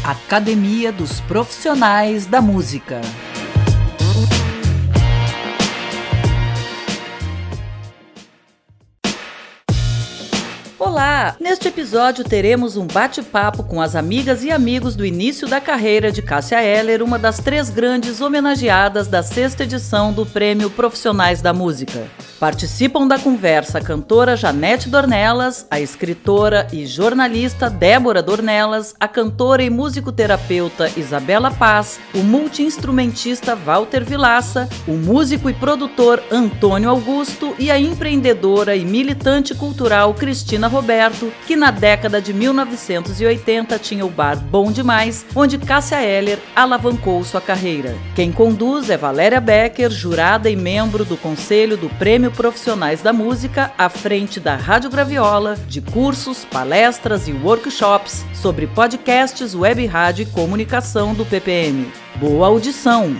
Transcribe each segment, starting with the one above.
Academia dos Profissionais da Música. Olá! Neste episódio teremos um bate-papo com as amigas e amigos do início da carreira de Cássia Eller, uma das 3 grandes homenageadas da 6ª edição do Prêmio Profissionais da Música. Participam da conversa a cantora Janete Dornelas, a escritora e jornalista Débora Dornelas, a cantora e musicoterapeuta Isabela Paz, o multi-instrumentista Walter Vilaça, o músico e produtor Antônio Augusto e a empreendedora e militante cultural Cristina Roberto, que na década de 1980 tinha o bar Bom Demais, onde Cássia Eller alavancou sua carreira. Quem conduz é Valéria Becker, jurada e membro do Conselho do Prêmio Profissionais da Música, à frente da Rádio Graviola, de cursos, palestras e workshops sobre podcasts, web rádio e comunicação do PPM. Boa audição!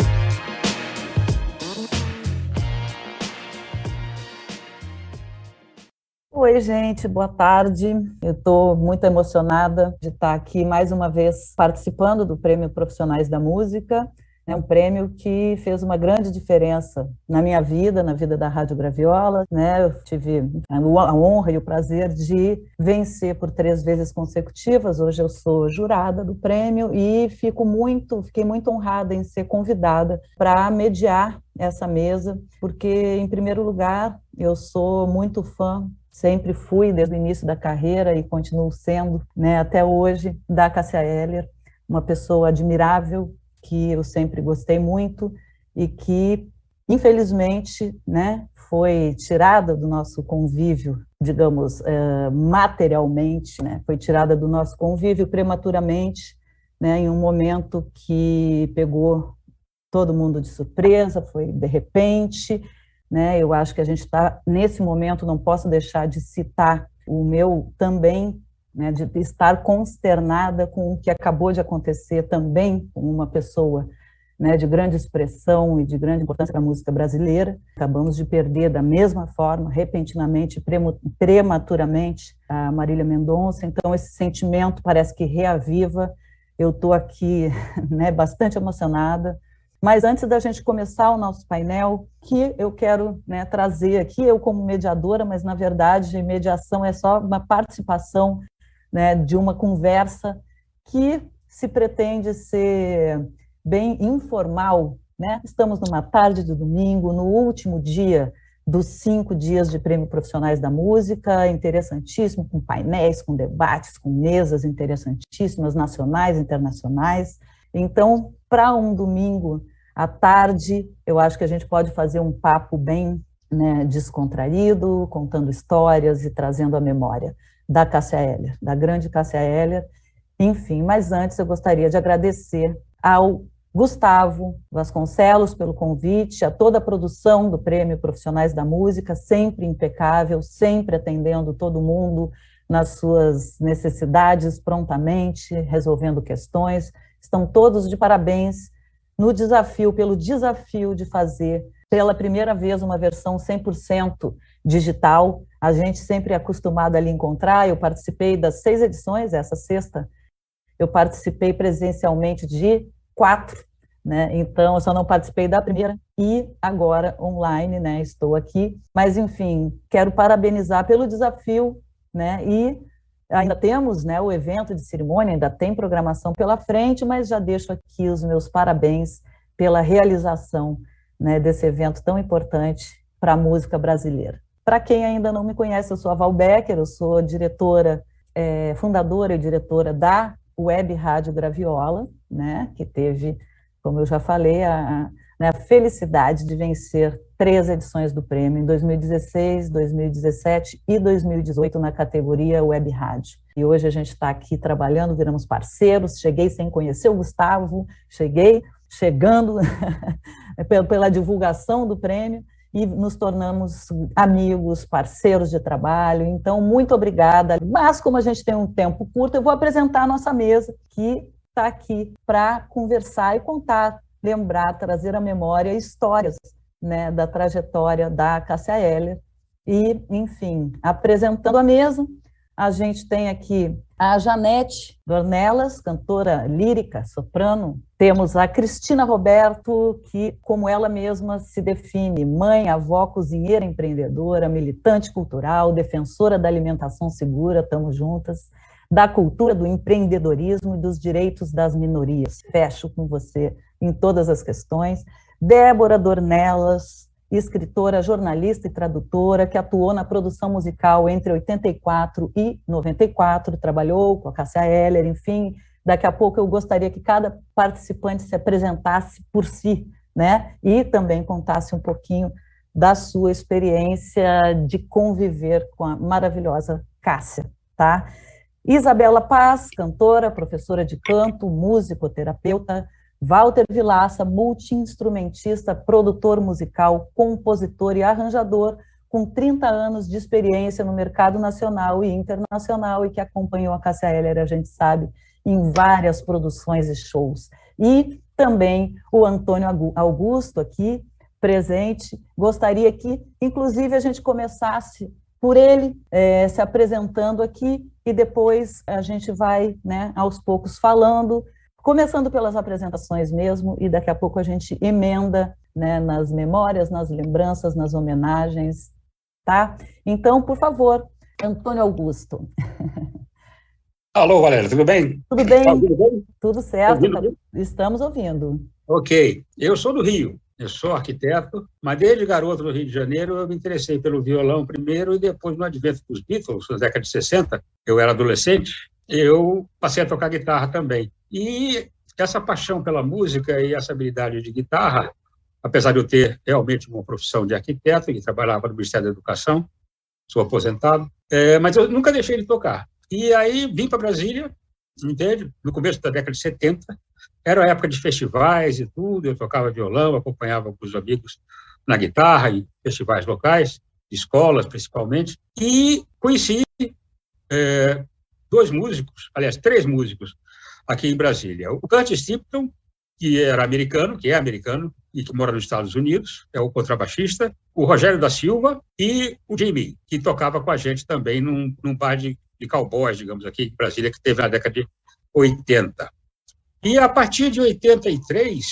Oi, gente, boa tarde. Eu estou muito emocionada de estar aqui mais uma vez participando do Prêmio Profissionais da Música. É um prêmio que fez uma grande diferença na minha vida, na vida da Rádio Graviola, né? Eu tive a honra e o prazer de vencer por 3 vezes consecutivas. Hoje eu sou jurada do prêmio e fiquei muito honrada em ser convidada para mediar essa mesa, porque, em primeiro lugar, eu sou muito fã, sempre fui desde o início da carreira e continuo sendo, né, até hoje, da Cássia Eller, uma pessoa admirável, que eu sempre gostei muito e que, infelizmente, né, foi tirada do nosso convívio, digamos, materialmente, né, foi tirada do nosso convívio prematuramente, né, em um momento que pegou todo mundo de surpresa, foi de repente, né. Eu acho que a gente está, nesse momento, não posso deixar de citar o meu também, né, de estar consternada com o que acabou de acontecer também com uma pessoa, né, de grande expressão e de grande importância para a música brasileira. Acabamos de perder da mesma forma, repentinamente, prematuramente, a Marília Mendonça. Então, esse sentimento parece que reaviva. Eu estou aqui, né, bastante emocionada. Mas antes da gente começar o nosso painel, que eu quero, né, trazer aqui, eu como mediadora, mas na verdade mediação é só uma participação, né, de uma conversa que se pretende ser bem informal, né? Estamos numa tarde de domingo, no último dia dos 5 dias de Prêmio Profissionais da Música, interessantíssimo, com painéis, com debates, com mesas interessantíssimas, nacionais, internacionais. Então, para um domingo à tarde, eu acho que a gente pode fazer um papo bem, né, descontraído, contando histórias e trazendo a memória da Cássia Eller, da grande Cássia Eller. Enfim, mas antes eu gostaria de agradecer ao Gustavo Vasconcelos pelo convite, a toda a produção do Prêmio Profissionais da Música, sempre impecável, sempre atendendo todo mundo nas suas necessidades prontamente, resolvendo questões. Estão todos de parabéns pelo desafio de fazer pela primeira vez uma versão 100% digital. A gente sempre é acostumado a lhe encontrar. Eu participei das 6 edições, essa 6ª, eu participei presencialmente de 4, né? Então, eu só não participei da primeira e agora online, né? Estou aqui. Mas, enfim, quero parabenizar pelo desafio, né? E ainda temos, né, o evento de cerimônia, ainda tem programação pela frente, mas já deixo aqui os meus parabéns pela realização, né, desse evento tão importante para a música brasileira. Para quem ainda não me conhece, eu sou a Val Becker, eu sou diretora, fundadora e diretora da Web Rádio Graviola, né, que teve, como eu já falei, né, a felicidade de vencer 3 edições do prêmio, em 2016, 2017 e 2018, na categoria Web Rádio. E hoje a gente está aqui trabalhando, viramos parceiros, cheguei sem conhecer o Gustavo, chegando pela divulgação do prêmio, e nos tornamos amigos, parceiros de trabalho. Então, muito obrigada. Mas, como a gente tem um tempo curto, eu vou apresentar a nossa mesa, que está aqui para conversar e contar, lembrar, trazer à memória histórias, né, da trajetória da Cássia Eller. E, enfim, apresentando a mesa, a gente tem aqui a Janete Dornelas, cantora lírica, soprano. Temos a Cristina Roberto, que, como ela mesma se define, mãe, avó, cozinheira, empreendedora, militante cultural, defensora da alimentação segura, estamos juntas, da cultura do empreendedorismo e dos direitos das minorias. Fecho com você em todas as questões. Débora Dornelas, escritora, jornalista e tradutora, que atuou na produção musical entre 84 e 94, trabalhou com a Cássia Eller, enfim. Daqui a pouco eu gostaria que cada participante se apresentasse por si, né? E também contasse um pouquinho da sua experiência de conviver com a maravilhosa Cássia, tá? Isabela Paz, cantora, professora de canto, musicoterapeuta. Walter Vilaça, multi-instrumentista, produtor musical, compositor e arranjador, com 30 anos de experiência no mercado nacional e internacional e que acompanhou a Cássia Eller, a gente sabe, em várias produções e shows. E também o Antônio Augusto aqui, presente. Gostaria que, inclusive, a gente começasse por ele se apresentando aqui e depois a gente vai, né, aos poucos falando, começando pelas apresentações mesmo, e daqui a pouco a gente emenda, né, nas memórias, nas lembranças, nas homenagens, tá? Então, por favor, Antônio Augusto. Alô, Valéria, tudo bem? Tudo bem? Tá tudo bem? Tudo certo, Ouvindo? estamos ouvindo. Ok, eu sou do Rio, eu sou arquiteto, mas desde garoto no Rio de Janeiro eu me interessei pelo violão primeiro e depois no advento dos Beatles, na década de 60, eu era adolescente, eu passei a tocar guitarra também. E essa paixão pela música e essa habilidade de guitarra, apesar de eu ter realmente uma profissão de arquiteto e trabalhava no Ministério da Educação, sou aposentado, mas eu nunca deixei de tocar. E aí vim para Brasília, entende? No começo da década de 70, era a época de festivais e tudo, eu tocava violão, acompanhava alguns amigos na guitarra em festivais locais, escolas principalmente, e conheci dois músicos, aliás, três músicos, aqui em Brasília. O Curtis Tipton, que era americano, que é americano, e que mora nos Estados Unidos, é o contrabaixista, o Rogério da Silva e o Jimmy, que tocava com a gente também num bar de cowboys, digamos, aqui em Brasília, que teve na década de 80. E a partir de 83,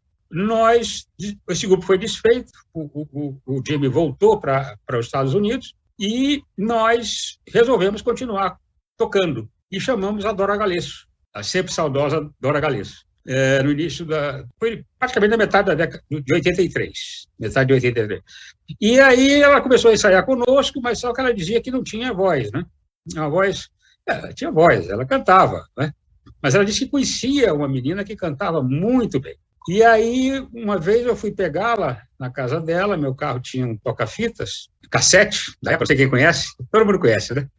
esse grupo foi desfeito, o Jimmy voltou para os Estados Unidos e nós resolvemos continuar tocando e chamamos a Dora Galesso, a sempre saudosa Dora Galesso. No início foi praticamente na metade da década de 83, metade de 83. E aí ela começou a ensaiar conosco, mas só que ela dizia que não tinha voz, né? A voz, ela tinha voz, ela cantava, né? Mas ela disse que conhecia uma menina que cantava muito bem. E aí, uma vez eu fui pegá-la na casa dela, meu carro tinha um toca-fitas, cassete, da época, não sei quem conhece, todo mundo conhece, né?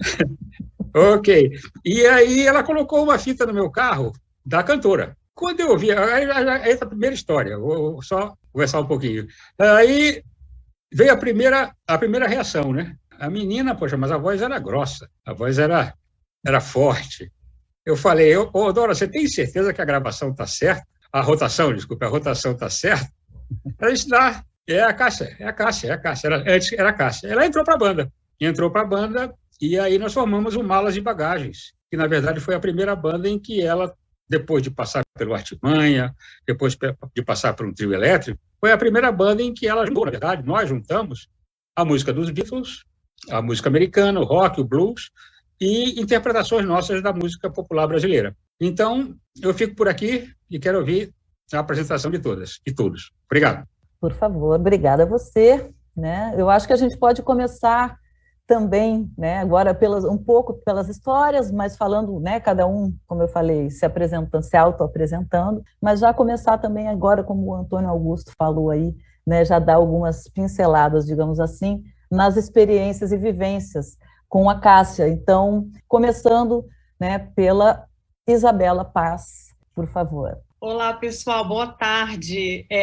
Ok. E aí ela colocou uma fita no meu carro da cantora. Quando eu ouvi, aí é a primeira história, vou só conversar um pouquinho. Aí veio a primeira reação, né? A menina, poxa, mas a voz era grossa, a voz era forte. Eu falei, Dora, você tem certeza que a gravação está certa? A rotação está certa? Ela disse, é a Cássia. Antes era a Cássia. Ela entrou para a banda, e aí nós formamos o Malas e Bagagens, que na verdade foi a primeira banda em que ela, depois de passar pelo Artimanha, depois de passar por um trio elétrico, foi a primeira banda em que ela juntou, na verdade, nós juntamos a música dos Beatles, a música americana, o rock, o blues, e interpretações nossas da música popular brasileira. Então, eu fico por aqui e quero ouvir a apresentação de todas e todos. Obrigado. Por favor, obrigada a você, né? Eu acho que a gente pode começar também, né, agora um pouco pelas histórias, mas falando, né, cada um, como eu falei, se apresentando, se auto-apresentando, mas já começar também agora, como o Antônio Augusto falou aí, né, já dar algumas pinceladas, digamos assim, nas experiências e vivências com a Cássia. Então, começando, né, pela Isabela Paz, por favor. Olá, pessoal, boa tarde.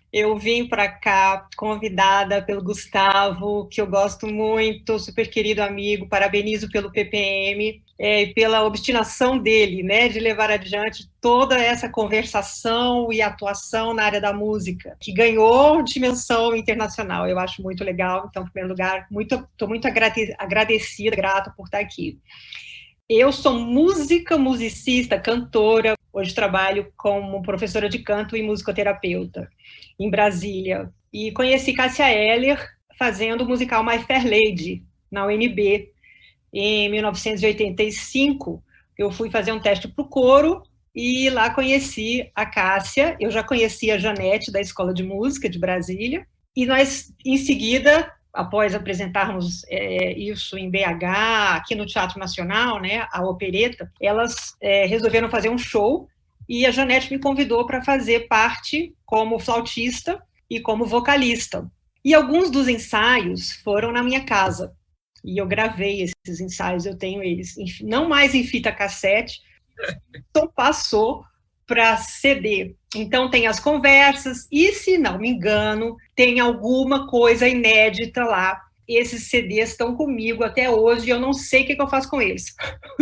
Eu vim para cá convidada pelo Gustavo, que eu gosto muito, super querido amigo, parabenizo pelo PPM, pela obstinação dele, né, de levar adiante toda essa conversação e atuação na área da música, que ganhou dimensão internacional. Eu acho muito legal. Então, em primeiro lugar, estou muito agradecida, grata por estar aqui. Eu sou musicista, cantora. Hoje trabalho como professora de canto e musicoterapeuta em Brasília. E conheci Cássia Eller fazendo o musical My Fair Lady, na UNB. Em 1985, eu fui fazer um teste para o coro e lá conheci a Cássia. Eu já conhecia a Janete, da Escola de Música de Brasília. E nós, em seguida, após apresentarmos isso em BH, aqui no Teatro Nacional, né, a opereta, elas resolveram fazer um show e a Janete me convidou para fazer parte como flautista e como vocalista. E alguns dos ensaios foram na minha casa. E eu gravei esses ensaios, eu tenho eles, não mais em fita cassete, então passou para CD. Então tem as conversas, e se não me engano, tem alguma coisa inédita lá. Esses CDs estão comigo até hoje e eu não sei o que eu faço com eles.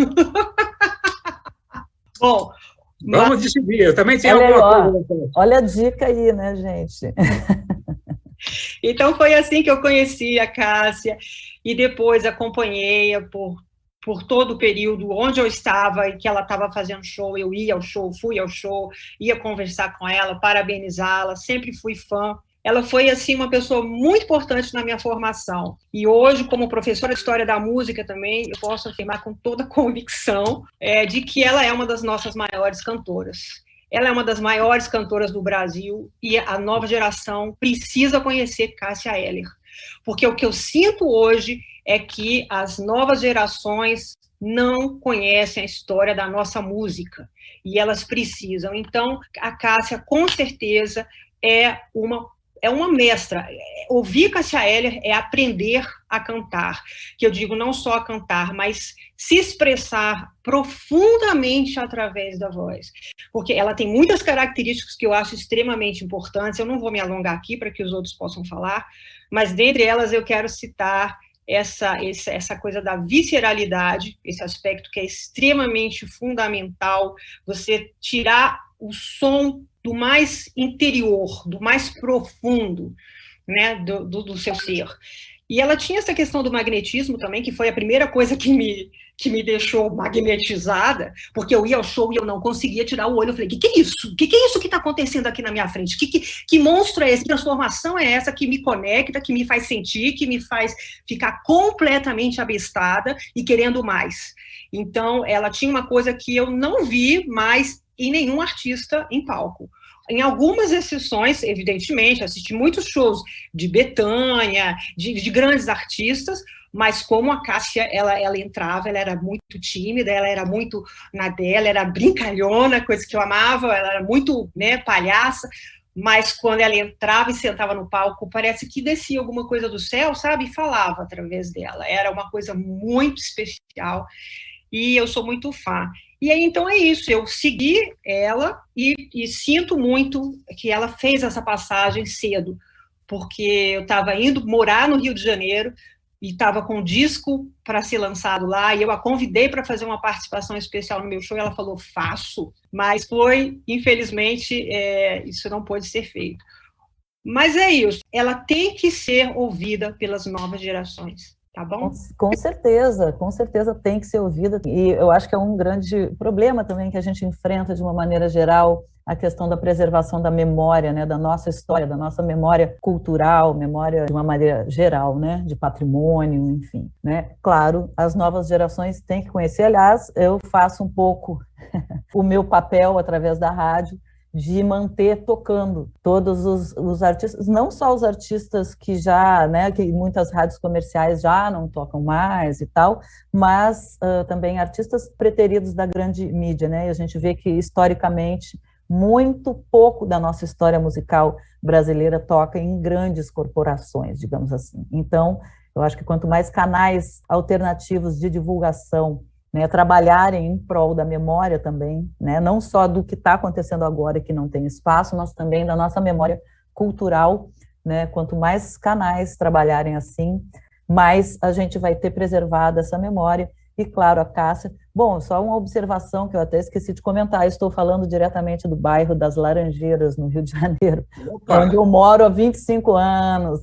Bom, vamos decidir, eu também tenho alguma coisa. Olha a dica aí, né, gente? Então foi assim que eu conheci a Cássia e depois acompanhei-a por todo o período onde eu estava e que ela estava fazendo show. Eu ia ao show, fui ao show, ia conversar com ela, parabenizá-la, sempre fui fã. Ela foi, assim, uma pessoa muito importante na minha formação. E hoje, como professora de História da Música também, eu posso afirmar com toda convicção de que ela é uma das nossas maiores cantoras. Ela é uma das maiores cantoras do Brasil e a nova geração precisa conhecer Cássia Eller. Porque o que eu sinto hoje é que as novas gerações não conhecem a história da nossa música e elas precisam. Então, a Cássia, com certeza, é uma mestra. Ouvir Cássia Eller é aprender a cantar, que eu digo não só a cantar, mas se expressar profundamente através da voz, porque ela tem muitas características que eu acho extremamente importantes. Eu não vou me alongar aqui para que os outros possam falar, mas dentre elas eu quero citar essa coisa da visceralidade, esse aspecto que é extremamente fundamental, você tirar o som do mais interior, do mais profundo, né, do seu ser. E ela tinha essa questão do magnetismo também, que foi a primeira coisa que me deixou magnetizada, porque eu ia ao show e eu não conseguia tirar o olho. Eu falei, que é isso? Que é isso que está acontecendo aqui na minha frente? Que monstro é esse? Que transformação é essa que me conecta, que me faz sentir, que me faz ficar completamente abestada e querendo mais? Então, ela tinha uma coisa que eu não vi mais em nenhum artista em palco. Em algumas exceções, evidentemente, assisti muitos shows de Bethânia, de grandes artistas, mas como a Cássia, ela entrava, ela era muito tímida, ela era muito na dela, era brincalhona, coisa que eu amava, ela era muito, né, palhaça, mas quando ela entrava e sentava no palco, parece que descia alguma coisa do céu, sabe, e falava através dela. Era uma coisa muito especial e eu sou muito fã. E aí, então, é isso, eu segui ela e sinto muito que ela fez essa passagem cedo, porque eu estava indo morar no Rio de Janeiro e estava com um disco para ser lançado lá, e eu a convidei para fazer uma participação especial no meu show, e ela falou, faço, mas foi, infelizmente, isso não pôde ser feito. Mas é isso, ela tem que ser ouvida pelas novas gerações. Tá bom? Com certeza tem que ser ouvida, e eu acho que é um grande problema também que a gente enfrenta de uma maneira geral, a questão da preservação da memória, né, da nossa história, da nossa memória cultural, memória de uma maneira geral, né, de patrimônio, enfim, né? Claro, as novas gerações têm que conhecer, aliás, eu faço um pouco o meu papel através da rádio, de manter tocando todos os artistas, não só os artistas que já, né, que muitas rádios comerciais já não tocam mais e tal, mas também artistas preteridos da grande mídia, né, e a gente vê que historicamente muito pouco da nossa história musical brasileira toca em grandes corporações, digamos assim. Então, eu acho que quanto mais canais alternativos de divulgação, né, trabalharem em prol da memória também, né, não só do que está acontecendo agora e que não tem espaço, mas também da nossa memória cultural, né? Quanto mais canais trabalharem assim, mais a gente vai ter preservado essa memória. E, claro, a Cássia... Bom, só uma observação que eu até esqueci de comentar, eu estou falando diretamente do bairro das Laranjeiras, no Rio de Janeiro, onde eu moro há 25 anos,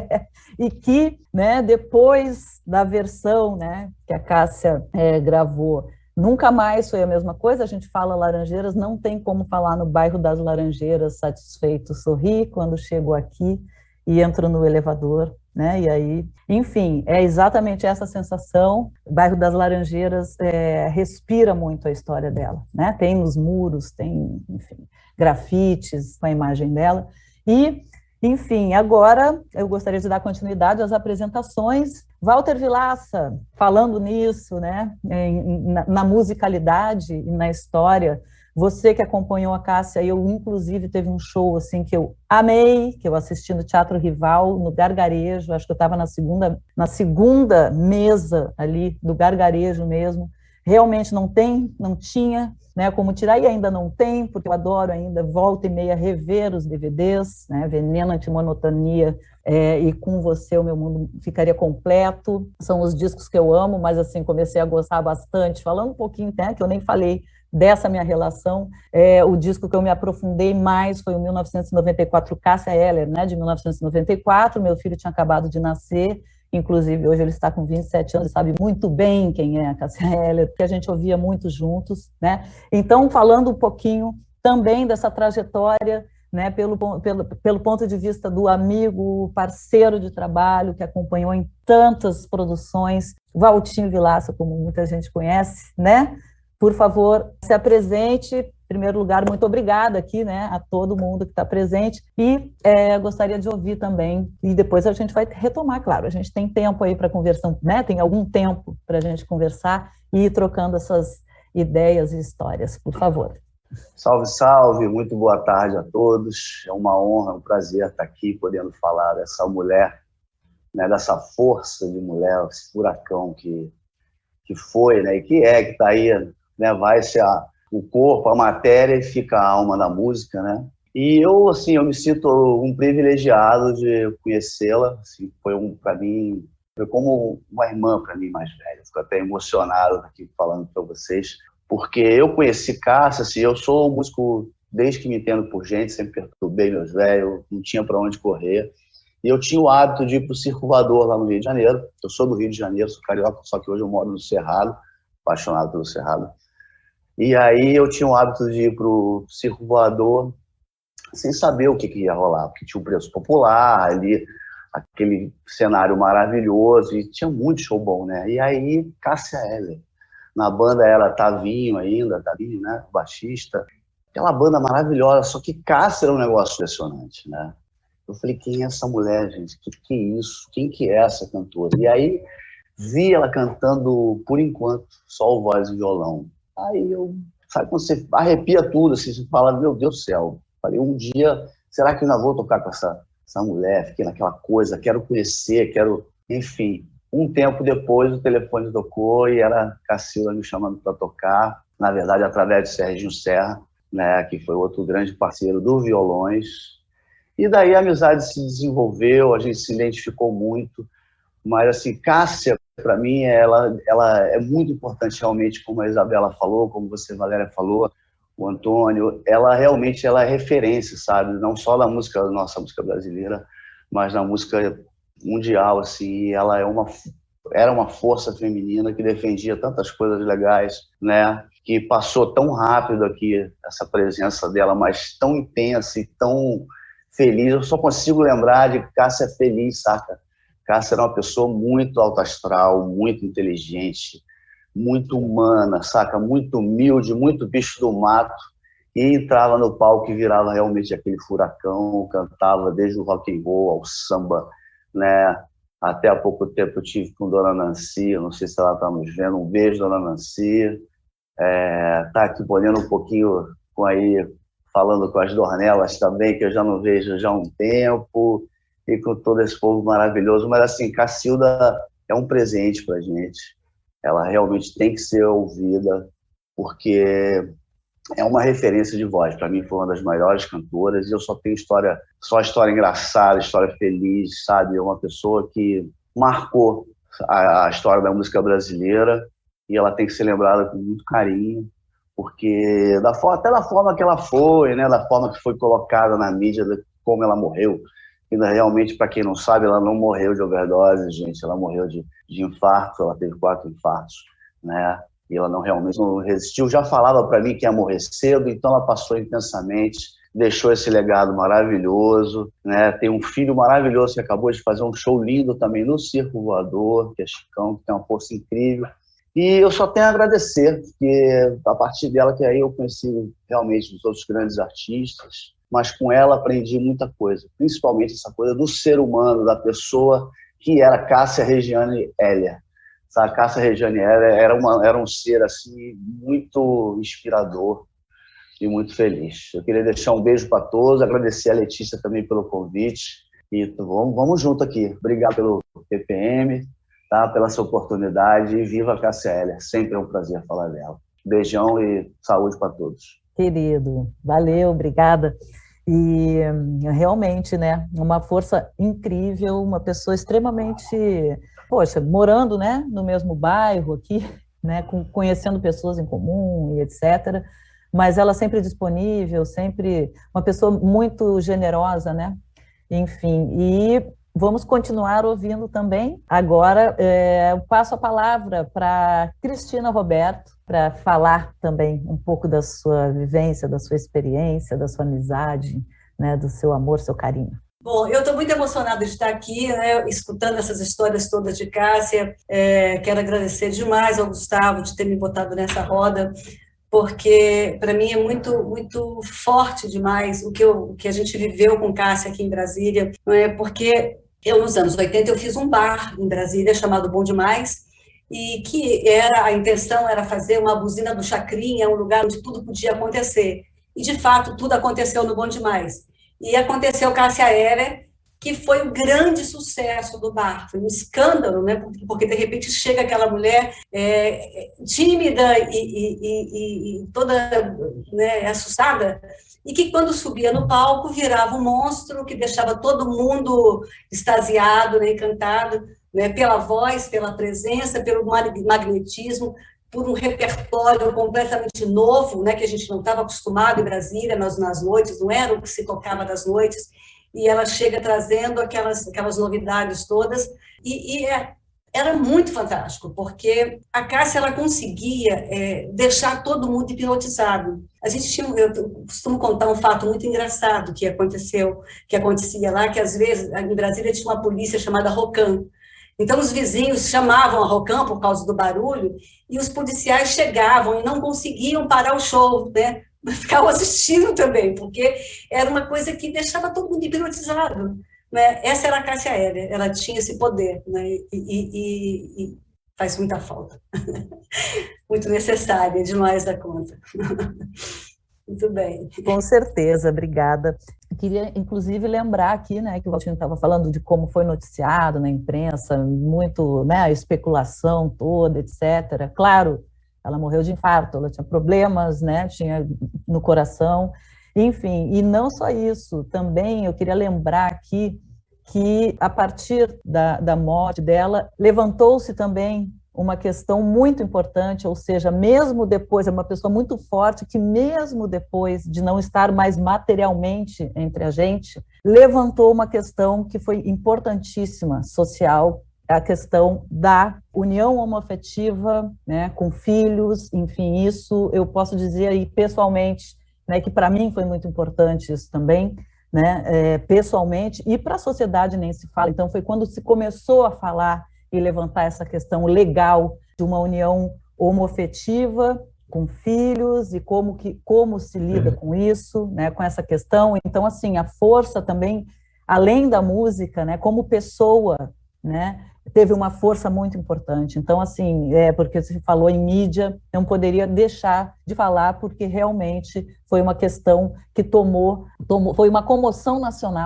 e que, né, depois da versão, né, que a Cássia gravou, nunca mais foi a mesma coisa. A gente fala Laranjeiras, não tem como falar no bairro das Laranjeiras, satisfeito, sorri quando chego aqui e entro no elevador, né? E aí, enfim, é exatamente essa sensação. O bairro das Laranjeiras respira muito a história dela, né? Tem nos muros, tem, enfim, grafites com a imagem dela. E, enfim, agora eu gostaria de dar continuidade às apresentações. Walter Vilaça, falando nisso, né? Na musicalidade e na história. Você que acompanhou a Cássia, eu inclusive teve um show assim que eu amei, que eu assisti no Teatro Rival, no Gargarejo, acho que eu estava na segunda mesa ali do Gargarejo mesmo. Realmente não tinha, né, como tirar, e ainda não tem, porque eu adoro ainda, volta e meia, rever os DVDs, né, Veneno, Antimonotonia, e Com Você o Meu Mundo Ficaria Completo. São os discos que eu amo, mas assim, comecei a gostar bastante. Falando um pouquinho, né, que eu nem falei dessa minha relação, o disco que eu me aprofundei mais foi o 1994, Cássia Eller, né, de 1994, meu filho tinha acabado de nascer, inclusive hoje ele está com 27 anos e sabe muito bem quem é a Cássia Eller, porque a gente ouvia muito juntos, né, então falando um pouquinho também dessa trajetória, né, pelo ponto de vista do amigo, parceiro de trabalho, que acompanhou em tantas produções, Valtinho Vilaça, como muita gente conhece, né? Por favor, se apresente. Em primeiro lugar, muito obrigada aqui, né, a todo mundo que está presente, e gostaria de ouvir também, e depois a gente vai retomar, claro, a gente tem tempo aí para conversão, né, tem algum tempo para a gente conversar e ir trocando essas ideias e histórias, por favor. Salve, salve, muito boa tarde a todos, é uma honra, um prazer estar aqui podendo falar dessa mulher, né, dessa força de mulher, esse furacão que foi, né, e que está aí, né, vai ser o corpo, a matéria, e fica a alma da música, né? E eu, assim, eu me sinto um privilegiado de conhecê-la, assim, para mim, foi como uma irmã para mim mais velha. Fico até emocionado aqui falando para vocês, porque eu conheci Cássia, assim, eu sou músico desde que me entendo por gente, sempre perturbei meus velhos, não tinha para onde correr. E eu tinha o hábito de ir para o Circo Voador lá no Rio de Janeiro. Eu sou do Rio de Janeiro, sou carioca, só que hoje eu moro no Cerrado, apaixonado pelo Cerrado. E aí eu tinha o hábito de ir para o Circo Voador sem saber o que ia rolar, porque tinha um preço popular ali, aquele cenário maravilhoso, e tinha muito show bom, né? E aí, Cássia Eller, na banda ela Tavinho ainda, Tavinho, né? O baixista. Aquela banda maravilhosa, só que Cássia era um negócio impressionante, né? Eu falei, quem é essa mulher, gente? Que é isso? Quem que é essa cantora? E aí vi ela cantando, por enquanto, só o voz e violão. Aí eu, sabe quando você arrepia tudo, assim, você fala, meu Deus do céu. Falei, um dia, será que eu ainda vou tocar com essa mulher? Fiquei naquela coisa, quero conhecer, Enfim, um tempo depois o telefone tocou e era Cacilda me chamando para tocar, na verdade, através de Serginho Serra, né, que foi outro grande parceiro do Violões. E daí a amizade se desenvolveu, a gente se identificou muito, mas assim, Cássia, para mim, ela é muito importante realmente, como a Isabela falou, como você, Valéria, falou, o Antônio, ela realmente é referência, sabe? Não só na música, nossa música brasileira, mas na música mundial, assim, ela era uma força feminina que defendia tantas coisas legais, né? Que passou tão rápido aqui, essa presença dela, mas tão intensa e tão feliz. Eu só consigo lembrar de Cássia feliz, saca? Cássia era uma pessoa muito alto astral, muito inteligente, muito humana, saca? Muito humilde, muito bicho do mato. E entrava no palco e virava realmente aquele furacão, cantava desde o rock and roll ao samba, né? Até há pouco tempo eu tive com Dona Nancy, não sei se ela está nos vendo, um beijo, Dona Nancy. Tá aqui podendo um pouquinho falando com as Dornelas também, que eu já não vejo já há um tempo, e com todo esse povo maravilhoso. Mas, assim, Cacilda é um presente para a gente. Ela realmente tem que ser ouvida, porque é uma referência de voz. Para mim, foi uma das maiores cantoras, e eu só tenho história engraçada, história feliz, sabe? É uma pessoa que marcou a história da música brasileira, e ela tem que ser lembrada com muito carinho, porque até da forma que ela foi, né? Da forma que foi colocada na mídia, como ela morreu. E realmente, para quem não sabe, ela não morreu de overdose, gente. Ela morreu de infarto, ela teve 4 infartos, né? E ela realmente não resistiu. Já falava para mim que ia morrer cedo, então ela passou intensamente, deixou esse legado maravilhoso, né? Tem um filho maravilhoso que acabou de fazer um show lindo também no Circo Voador, que é Chicão, que tem uma força incrível. E eu só tenho a agradecer, porque a partir dela que aí eu conheci realmente os outros grandes artistas, mas com ela aprendi muita coisa, principalmente essa coisa do ser humano, da pessoa que era Cássia Regiane Heller. A Cássia Regiane Heller era um ser assim, muito inspirador e muito feliz. Eu queria deixar um beijo para todos, agradecer a Letícia também pelo convite, e vamos junto aqui. Obrigado pelo PPM, tá? Pela sua oportunidade, e viva a Cássia Heller, sempre é um prazer falar dela. Beijão e saúde para todos. Querido, valeu, obrigada. E realmente, né, uma força incrível, uma pessoa extremamente, poxa, morando, né, no mesmo bairro aqui, né, conhecendo pessoas em comum e etc., mas ela sempre disponível, sempre uma pessoa muito generosa, né, enfim, e vamos continuar ouvindo também. Agora, eu passo a palavra para Cristina Roberto, para falar também um pouco da sua vivência, da sua experiência, da sua amizade, né, do seu amor, seu carinho. Bom, eu estou muito emocionada de estar aqui, né, escutando essas histórias todas de Cássia. Quero agradecer demais ao Gustavo de ter me botado nessa roda, porque para mim é muito, muito forte demais o que a gente viveu com Cássia aqui em Brasília, porque nos anos 80, eu fiz um bar em Brasília chamado Bom Demais, e que a intenção era fazer uma buzina do Chacrinha, um lugar onde tudo podia acontecer. E, de fato, tudo aconteceu no Bom Demais. E aconteceu Cássia Heller, que foi um grande sucesso do bar. Foi um escândalo, né? Porque de repente, chega aquela mulher tímida e toda, né, assustada, e que, quando subia no palco, virava um monstro que deixava todo mundo extasiado, né, encantado, né, pela voz, pela presença, pelo magnetismo, por um repertório completamente novo, né, que a gente não estava acostumado em Brasília, nas noites, não era o que se tocava nas noites, e ela chega trazendo aquelas novidades todas, era muito fantástico, porque a Cássia, ela conseguia deixar todo mundo hipnotizado. Eu costumo contar um fato muito engraçado que acontecia lá, que às vezes, em Brasília, tinha uma polícia chamada Rocan. Então, os vizinhos chamavam a Rocan por causa do barulho, e os policiais chegavam e não conseguiam parar o show, né? Ficavam assistindo também, porque era uma coisa que deixava todo mundo hipnotizado, né? Essa era a Cássia Heller, ela tinha esse poder, né? E faz muita falta. Muito necessária, demais da conta. Muito bem. Com certeza, obrigada. Eu queria, inclusive, lembrar aqui, né, que o Valtinho estava falando de como foi noticiado na imprensa, muito, né, a especulação toda, etc. Claro, ela morreu de infarto, ela tinha problemas, né, tinha no coração, enfim, e não só isso, também eu queria lembrar aqui que, a partir da morte dela, levantou-se também uma questão muito importante, ou seja, mesmo depois, é uma pessoa muito forte, que mesmo depois de não estar mais materialmente entre a gente, levantou uma questão que foi importantíssima, social, a questão da união homoafetiva, né, com filhos, enfim, isso eu posso dizer aí pessoalmente, né, que para mim foi muito importante isso também, né, pessoalmente, e para a sociedade nem se fala. Então foi quando se começou a falar e levantar essa questão legal de uma união homoafetiva com filhos e como se lida com isso, né, com essa questão. Então, assim, a força também, além da música, né, como pessoa, né, teve uma força muito importante. Então, assim, porque você falou em mídia, não poderia deixar de falar, porque realmente foi uma questão que foi uma comoção nacional,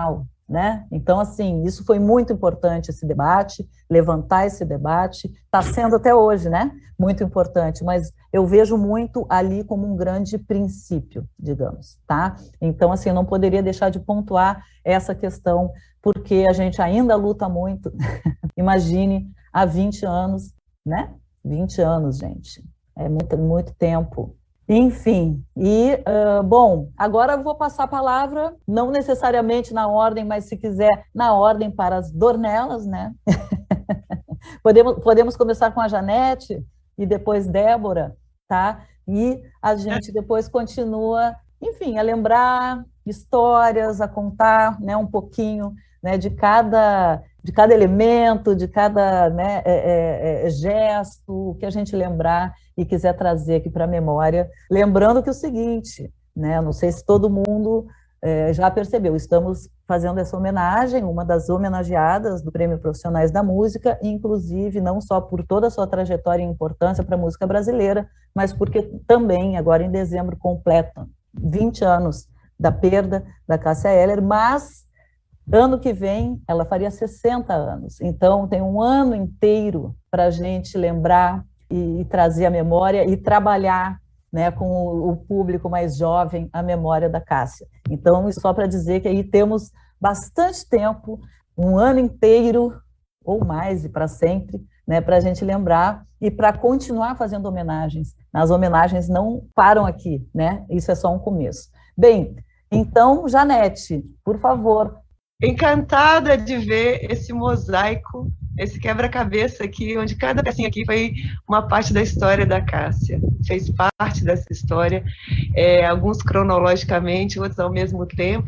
né? Então, assim, isso foi muito importante, esse debate, levantar esse debate, está sendo até hoje, né? Muito importante, mas eu vejo muito ali como um grande princípio, digamos, tá? Então, assim, eu não poderia deixar de pontuar essa questão, porque a gente ainda luta muito. Imagine, há 20 anos, né? 20 anos, gente, é muito, muito tempo. Enfim, bom, agora eu vou passar a palavra, não necessariamente na ordem, mas se quiser, na ordem para as Dornelas, né? Podemos começar com a Janete e depois Débora, tá? E a gente depois continua, enfim, a lembrar histórias, a contar, né, um pouquinho, né, de cada elemento, de cada, né, gesto que a gente lembrar e quiser trazer aqui para a memória. Lembrando que o seguinte, né, não sei se todo mundo já percebeu, estamos fazendo essa homenagem, uma das homenageadas do Prêmio Profissionais da Música, inclusive não só por toda a sua trajetória e importância para a música brasileira, mas porque também, agora em dezembro, completa 20 anos da perda da Cássia Eller, mas ano que vem ela faria 60 anos, então tem um ano inteiro para a gente lembrar e trazer a memória e trabalhar, né, com o público mais jovem a memória da Cássia. Então, só para dizer que aí temos bastante tempo, um ano inteiro ou mais e para sempre, né, para a gente lembrar e para continuar fazendo homenagens. As homenagens não param aqui, né? Isso é só um começo. Bem, então, Janete, por favor. Encantada de ver esse mosaico, esse quebra-cabeça aqui, onde cada pecinha aqui foi uma parte da história da Cássia, fez parte dessa história, alguns cronologicamente, outros ao mesmo tempo.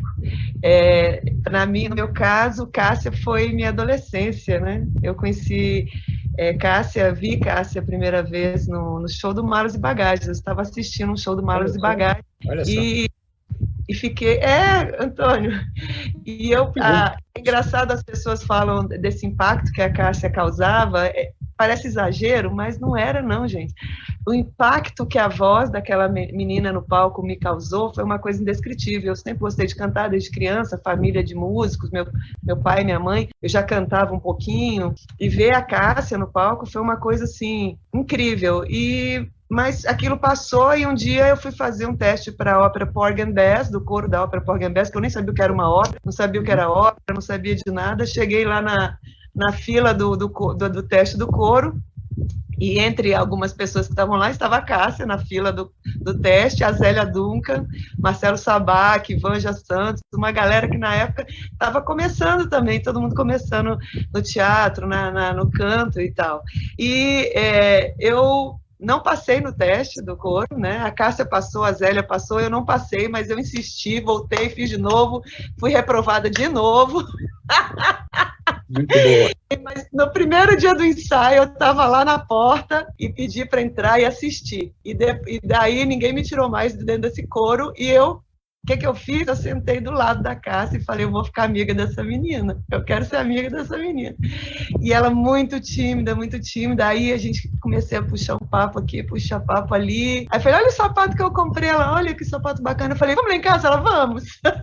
No meu caso, Cássia foi minha adolescência, né? Eu conheci Cássia, vi Cássia a primeira vez no show do Malas e Bagagens. Eu estava assistindo um show do Malas e Bagagens. Olha só. E fiquei, Antônio, e engraçado, as pessoas falam desse impacto que a Cássia causava, parece exagero, mas não era não, gente. O impacto que a voz daquela menina no palco me causou foi uma coisa indescritível. Eu sempre gostei de cantar desde criança, família de músicos, meu pai e minha mãe, eu já cantava um pouquinho, e ver a Cássia no palco foi uma coisa, assim, incrível. Mas aquilo passou e um dia eu fui fazer um teste para a ópera Porgy and Bess, do coro da ópera Porgy and Bess, que eu nem sabia o que era uma ópera, não sabia o que era ópera, não sabia de nada. Cheguei lá na fila do teste do coro, e entre algumas pessoas que estavam lá, estava a Cássia na fila do teste, a Zélia Duncan, Marcelo Sabac, Vanja Santos, uma galera que na época estava começando também, todo mundo começando no teatro, no canto e tal. E eu não passei no teste do coro, né? A Cássia passou, a Zélia passou, eu não passei, mas eu insisti, voltei, fiz de novo, fui reprovada de novo. Muito boa. Mas no primeiro dia do ensaio, eu estava lá na porta e pedi para entrar e assistir. E daí ninguém me tirou mais de dentro desse coro, e o que eu fiz? Eu sentei do lado da Cássia e falei, eu vou ficar amiga dessa menina, eu quero ser amiga dessa menina. E ela muito tímida, aí a gente comecei a puxar um papo aqui, puxar papo ali. Aí eu falei, olha o sapato que eu comprei, ela, olha que sapato bacana. Eu falei, vamos lá em casa? Ela, vamos.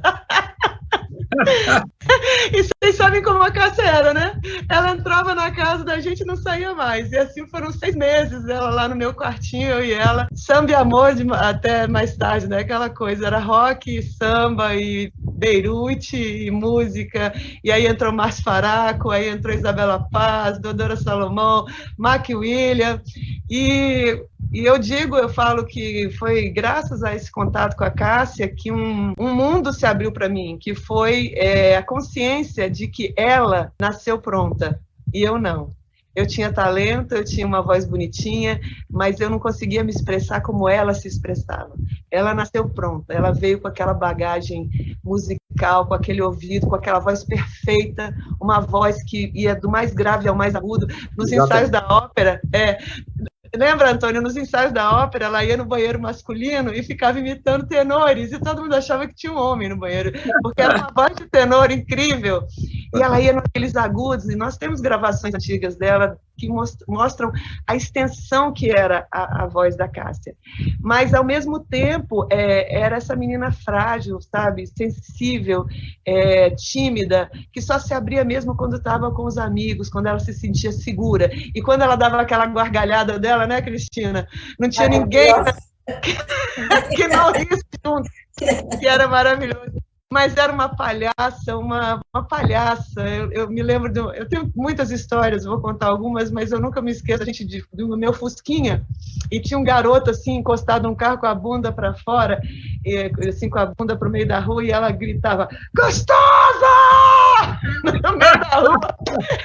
E vocês sabem como a Cássia era, né? Ela entrava na casa da gente e não saía mais. E assim foram 6 meses, ela lá no meu quartinho, eu e ela. Samba e amor até mais tarde, né? Aquela coisa, era rock, samba e Beirute e música. E aí entrou Márcio Faraco, aí entrou Isabela Paz, Dodora Salomão, Mac William. E eu falo que foi graças a esse contato com a Cássia que um mundo se abriu para mim, que foi a consciência de que ela nasceu pronta e eu não. Eu tinha talento, eu tinha uma voz bonitinha, mas eu não conseguia me expressar como ela se expressava. Ela nasceu pronta, ela veio com aquela bagagem musical, com aquele ouvido, com aquela voz perfeita, uma voz que ia do mais grave ao mais agudo. Nos ensaios da ópera, lembra, Antônio, nos ensaios da ópera, ela ia no banheiro masculino e ficava imitando tenores, e todo mundo achava que tinha um homem no banheiro, porque era uma voz de tenor incrível. E ela ia naqueles agudos, e nós temos gravações antigas dela que mostram a extensão que era a voz da Cássia. Mas, ao mesmo tempo, era essa menina frágil, sabe? Sensível, tímida, que só se abria mesmo quando estava com os amigos, quando ela se sentia segura. E quando ela dava aquela gargalhada dela, né, Cristina? Não tinha ninguém que não risse junto, que era maravilhoso. Mas era uma palhaça, uma palhaça. Eu me lembro, eu tenho muitas histórias, vou contar algumas, mas eu nunca me esqueço do meu Fusquinha, e tinha um garoto assim, encostado num carro com a bunda para fora, assim, com a bunda para o meio da rua, e ela gritava, gostosa! No meio da rua.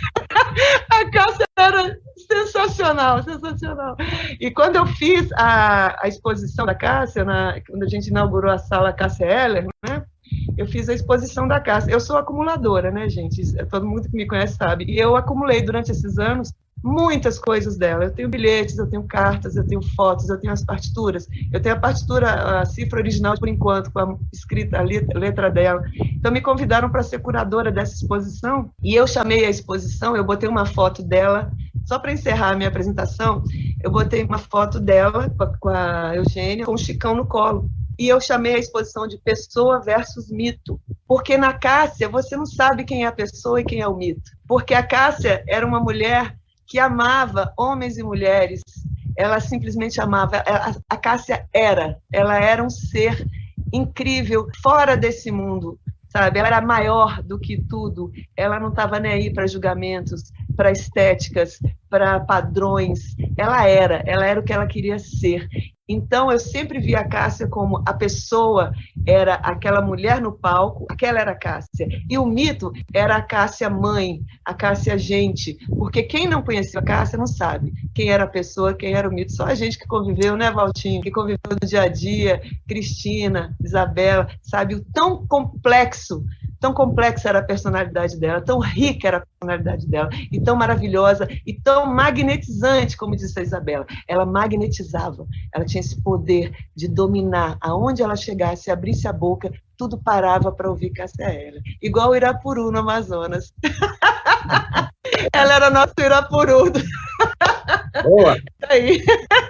A Cássia era sensacional, sensacional. E quando eu fiz a exposição da Cássia, quando a gente inaugurou a sala Cássia Eller, né? Eu fiz a exposição da Cássia. Eu sou acumuladora, né, gente? Todo mundo que me conhece sabe. E eu acumulei durante esses anos muitas coisas dela. Eu tenho bilhetes, eu tenho cartas, eu tenho fotos, eu tenho as partituras. Eu tenho a partitura, a cifra original, por enquanto, com a escrita, a letra dela. Então, me convidaram para ser curadora dessa exposição. E eu chamei a exposição, eu botei uma foto dela, só para encerrar a minha apresentação, eu botei uma foto dela com a Eugênia, com o Chicão no colo. E eu chamei a exposição de Pessoa versus Mito, porque na Cássia você não sabe quem é a pessoa e quem é o mito. Porque a Cássia era uma mulher que amava homens e mulheres, ela simplesmente amava. A Cássia ela era um ser incrível, fora desse mundo, sabe? Ela era maior do que tudo, ela não estava nem aí para julgamentos, para estéticas, para padrões, ela era o que ela queria ser. Então, eu sempre vi a Cássia como a pessoa era aquela mulher no palco, aquela era a Cássia. E o mito era a Cássia mãe, a Cássia gente, porque quem não conhecia a Cássia não sabe quem era a pessoa, quem era o mito. Só a gente que conviveu, né, Valtinho? Que conviveu no dia a dia, Cristina, Isabela, sabe o tão complexa era a personalidade dela, tão rica era a personalidade dela, e tão maravilhosa, e tão magnetizante, como disse a Isabela. Ela magnetizava, ela tinha esse poder de dominar. Aonde ela chegasse, abrisse a boca, tudo parava para ouvir Cássia Eller. Igual o Irapuru, no Amazonas. Ela era nosso Irapuru. Boa! Aí.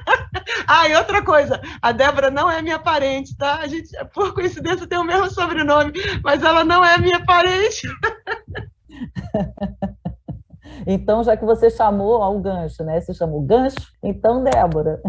E outra coisa, a Débora não é minha parente, tá? A gente, por coincidência, tem o mesmo sobrenome, mas ela não é minha parente. Então, já que você chamou ao gancho, né? Você chamou gancho, então, Débora.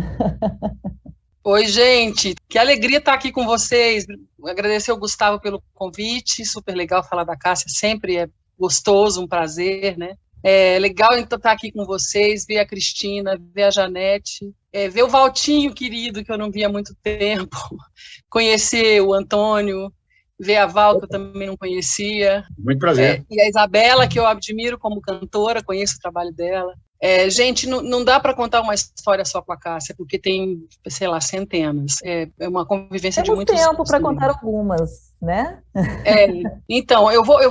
Oi, gente, que alegria estar aqui com vocês. Agradecer ao Gustavo pelo convite, super legal falar da Cássia, sempre é gostoso, um prazer, né? É legal então estar aqui com vocês, ver a Cristina, ver a Janete, ver o Valtinho querido, que eu não via há muito tempo, conhecer o Antônio, ver a Val, que eu também não conhecia. Muito prazer. E a Isabela, que eu admiro como cantora, conheço o trabalho dela. Gente, não dá para contar uma história só com a Cássia, porque tem, sei lá, centenas. É uma convivência de muitos anos. Temos tempo para contar algumas, né? Então,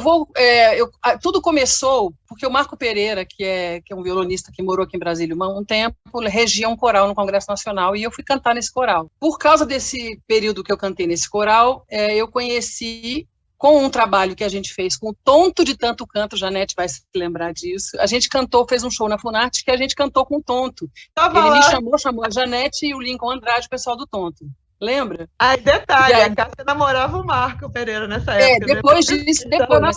tudo começou porque o Marco Pereira, que é um violonista que morou aqui em Brasília um tempo, regia um coral no Congresso Nacional, e eu fui cantar nesse coral. Por causa desse período que eu cantei nesse coral, eu conheci, com um trabalho que a gente fez com o Tonto de Tanto Canto, Janete vai se lembrar disso, a gente fez um show na Funarte que a gente cantou com o Tonto. Ele me chamou a Janete e o Lincoln Andrade, o pessoal do Tonto. Lembra? Detalhe, a Cássia namorava o Marco Pereira nessa época. Depois disso,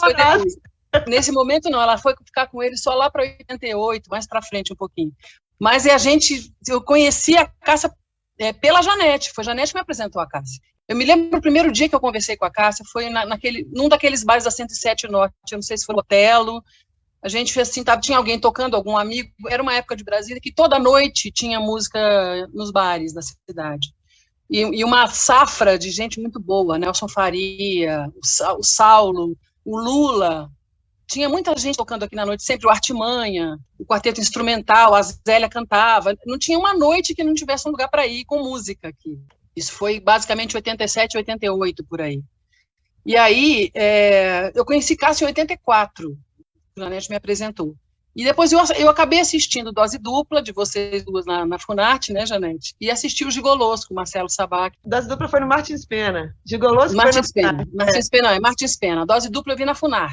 nesse momento não, ela foi ficar com ele só lá para 88, mais para frente um pouquinho. Mas eu conheci a Cássia pela Janete, foi a Janete que me apresentou a Cássia. Eu me lembro do primeiro dia que eu conversei com a Cássia, foi num daqueles bares da 107 Norte, eu não sei se foi no Otelo, a gente fez assim, tinha alguém tocando, algum amigo, era uma época de Brasília que toda noite tinha música nos bares da cidade. E uma safra de gente muito boa, Nelson Faria, o Saulo, o Lula, tinha muita gente tocando aqui na noite, sempre o Artimanha, o quarteto instrumental, a Zélia cantava, não tinha uma noite que não tivesse um lugar para ir com música aqui. Isso foi basicamente 87, 88, por aí. E aí, eu conheci Cássia em 84, a Janete me apresentou. E depois eu acabei assistindo Dose Dupla, de vocês duas na Funarte, né, Janete? E assisti o Gigolôs, com o Marcelo Sabac. Dose Dupla foi no Martins Pena. Gigolôs foi Martins Pena. Martins Pena, Martins Pena. Dose Dupla eu vi na Funarte.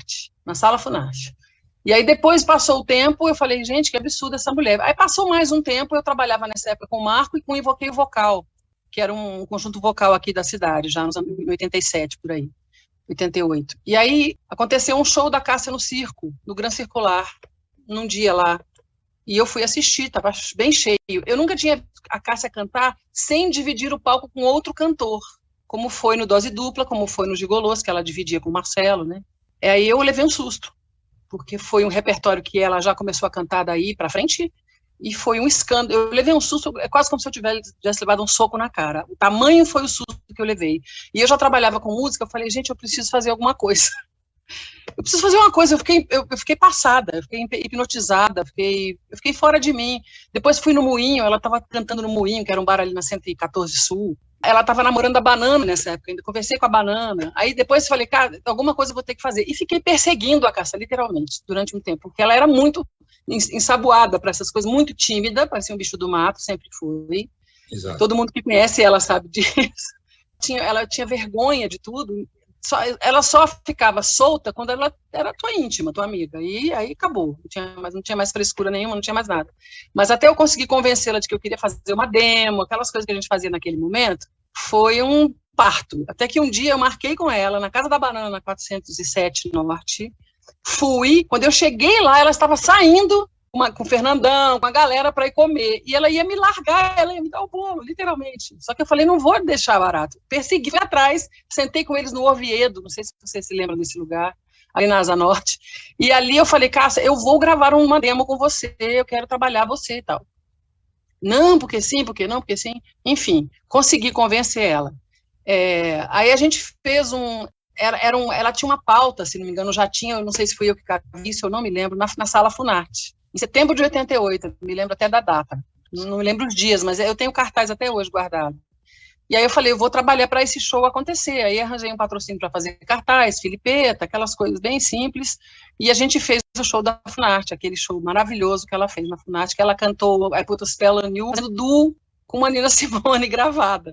na Sala Funarte. E aí depois passou o tempo, eu falei, gente, que absurdo essa mulher. Aí passou mais um tempo, eu trabalhava nessa época com o Marco e com o Invoquei Vocal, que era um conjunto vocal aqui da cidade, já nos anos 87, por aí, 88. E aí aconteceu um show da Cássia no circo, no Gran Circular, num dia lá. E eu fui assistir, estava bem cheio. Eu nunca tinha visto a Cássia cantar sem dividir o palco com outro cantor, como foi no Dose Dupla, como foi no Gigolôs, que ela dividia com o Marcelo, né? E aí eu levei um susto, porque foi um repertório que ela já começou a cantar daí para frente, e foi um escândalo. Eu levei um susto, é quase como se eu tivesse levado um soco na cara. O tamanho foi o susto que eu levei. E eu já trabalhava com música, eu falei, gente, eu preciso fazer alguma coisa. Eu preciso fazer uma coisa, eu fiquei passada, eu fiquei hipnotizada, eu fiquei fora de mim. Depois fui no Moinho, ela estava cantando no Moinho, que era um bar ali na 114 Sul. Ela estava namorando a Banana nessa época, ainda conversei com a Banana. Aí depois falei, cara, alguma coisa eu vou ter que fazer. E fiquei perseguindo a Cássia, literalmente, durante um tempo, porque ela era muito ensaboada para essas coisas, muito tímida, parecia um bicho do mato, sempre foi. Exato. Todo mundo que conhece ela sabe disso. Ela tinha vergonha de tudo. Ela só ficava solta quando ela era tua íntima, tua amiga, e aí acabou, não tinha mais frescura nenhuma, não tinha mais nada. Mas até eu conseguir convencê-la de que eu queria fazer uma demo, aquelas coisas que a gente fazia naquele momento, foi um parto. Até que um dia eu marquei com ela, na Casa da Banana, na 407 Norte, fui, quando eu cheguei lá, ela estava saindo com o Fernandão, com a galera para ir comer, e ela ia me largar, ela ia me dar o bolo, literalmente. Só que eu falei, não vou deixar barato. Persegui atrás, sentei com eles no Oviedo, não sei se você se lembra desse lugar, ali na Asa Norte, e ali eu falei, Cássia, eu vou gravar uma demo com você, eu quero trabalhar você e tal. Não, porque sim, porque não, porque sim. Enfim, consegui convencer ela. Aí a gente fez ela tinha uma pauta, se não me engano, já tinha, eu não sei se fui eu que vi isso, eu não me lembro, na Sala Funarte. Em setembro de 88, me lembro até da data, não me lembro os dias, mas eu tenho cartaz até hoje guardado. E aí eu falei, eu vou trabalhar para esse show acontecer. Aí arranjei um patrocínio para fazer cartaz, filipeta, aquelas coisas bem simples, e a gente fez o show da Funarte, aquele show maravilhoso que ela fez na Funarte, que ela cantou I Put a Spell on You, fazendo duo com a Nina Simone gravada.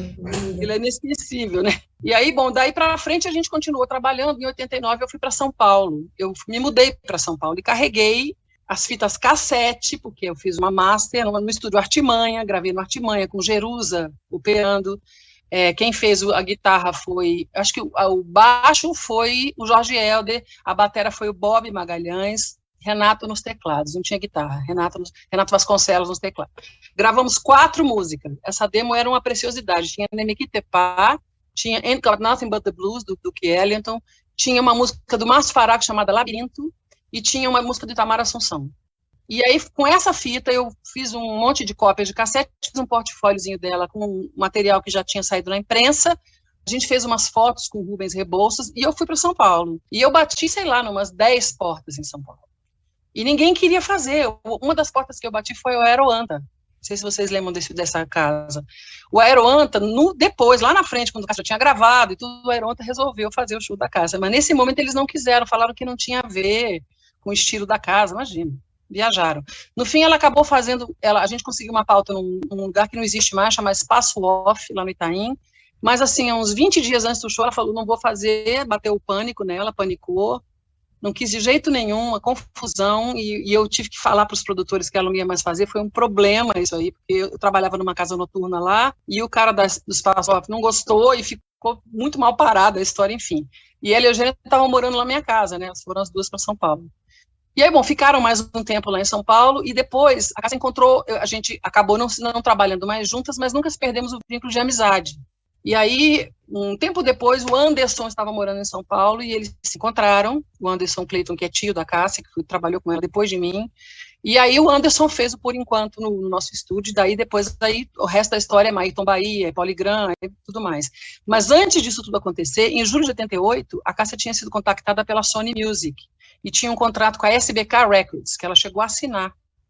Ele é inesquecível, né? E aí, bom, daí para frente a gente continuou trabalhando. Em 89 eu fui para São Paulo, eu me mudei para São Paulo e carreguei as fitas cassete, porque eu fiz uma master no estúdio Artimanha, gravei no Artimanha, com Jerusa operando. Quem fez a guitarra foi, acho que o baixo foi o Jorge Helder, a batera foi o Bob Magalhães, Renato nos teclados, não tinha guitarra, Renato Vasconcelos nos teclados. Gravamos 4 músicas, essa demo era uma preciosidade, tinha Nemeki Tepá, tinha Ain't Got Nothing But The Blues, do Duke Ellington, tinha uma música do Márcio Faraco chamada Labirinto, e tinha uma música do Itamar Assunção. E aí, com essa fita, eu fiz um monte de cópias de cassete, fiz um portfóliozinho dela com material que já tinha saído na imprensa, a gente fez umas fotos com Rubens Rebouças, e eu fui para São Paulo. E eu bati, sei lá, numas 10 portas em São Paulo. E ninguém queria fazer. Uma das portas que eu bati foi o Aeroanta. Não sei se vocês lembram dessa casa. O Aeroanta, depois, lá na frente, quando o Cássia tinha gravado e tudo, o Aeroanta resolveu fazer o show da casa. Mas nesse momento eles não quiseram, falaram que não tinha a ver com o estilo da casa, imagina, viajaram. No fim, ela acabou fazendo, a gente conseguiu uma pauta num lugar que não existe mais, chama Espaço Off, lá no Itaim, mas assim, uns 20 dias antes do show, ela falou, não vou fazer, bateu o pânico nela, panicou, não quis de jeito nenhum, uma confusão, e eu tive que falar para os produtores que ela não ia mais fazer, foi um problema isso aí, porque eu trabalhava numa casa noturna lá, e o cara do Espaço Off não gostou, e ficou muito mal parada a história, enfim. E ela e a Eugênia estavam morando lá na minha casa, né, foram as duas para São Paulo. E aí, bom, ficaram mais um tempo lá em São Paulo, e depois a casa encontrou, a gente acabou não trabalhando mais juntas, mas nunca perdemos o vínculo de amizade. E aí, um tempo depois, o Anderson estava morando em São Paulo, e eles se encontraram, o Anderson Clayton, que é tio da Cássia, que trabalhou com ela depois de mim, e aí o Anderson fez o Por Enquanto no nosso estúdio, daí depois o resto da história é Maíton Bahia, é Poligram, e tudo mais. Mas antes disso tudo acontecer, em julho de 88, a Cássia tinha sido contactada pela Sony Music, e tinha um contrato com a SBK Records, que ela chegou a assinar.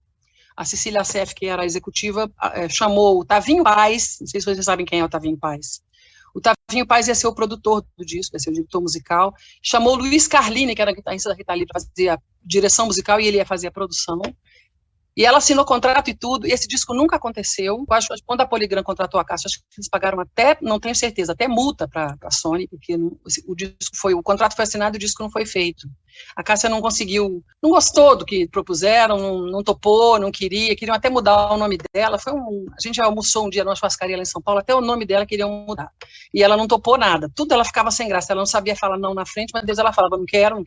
A Cecília Assef, que era a executiva, chamou o Tavinho Paz, não sei se vocês sabem quem é o Tavinho Paz. O Tavinho Paz ia ser o produtor do disco, ia ser o diretor musical. Chamou o Luiz Carlini, que era guitarrista da Rita Lee, para fazer a direção musical, e ele ia fazer a produção. E ela assinou contrato e tudo, e esse disco nunca aconteceu. Eu acho que quando a Polygram contratou a Cássia, acho que eles pagaram até, não tenho certeza, até multa para a Sony, porque o contrato foi assinado e o disco não foi feito. A Cássia não conseguiu, não gostou do que propuseram, não topou, não queriam até mudar o nome dela. A gente já almoçou um dia numa churrascaria lá em São Paulo, até o nome dela queriam mudar. E ela não topou nada, tudo ela ficava sem graça, ela não sabia falar não na frente, mas Deus ela falava, não quero.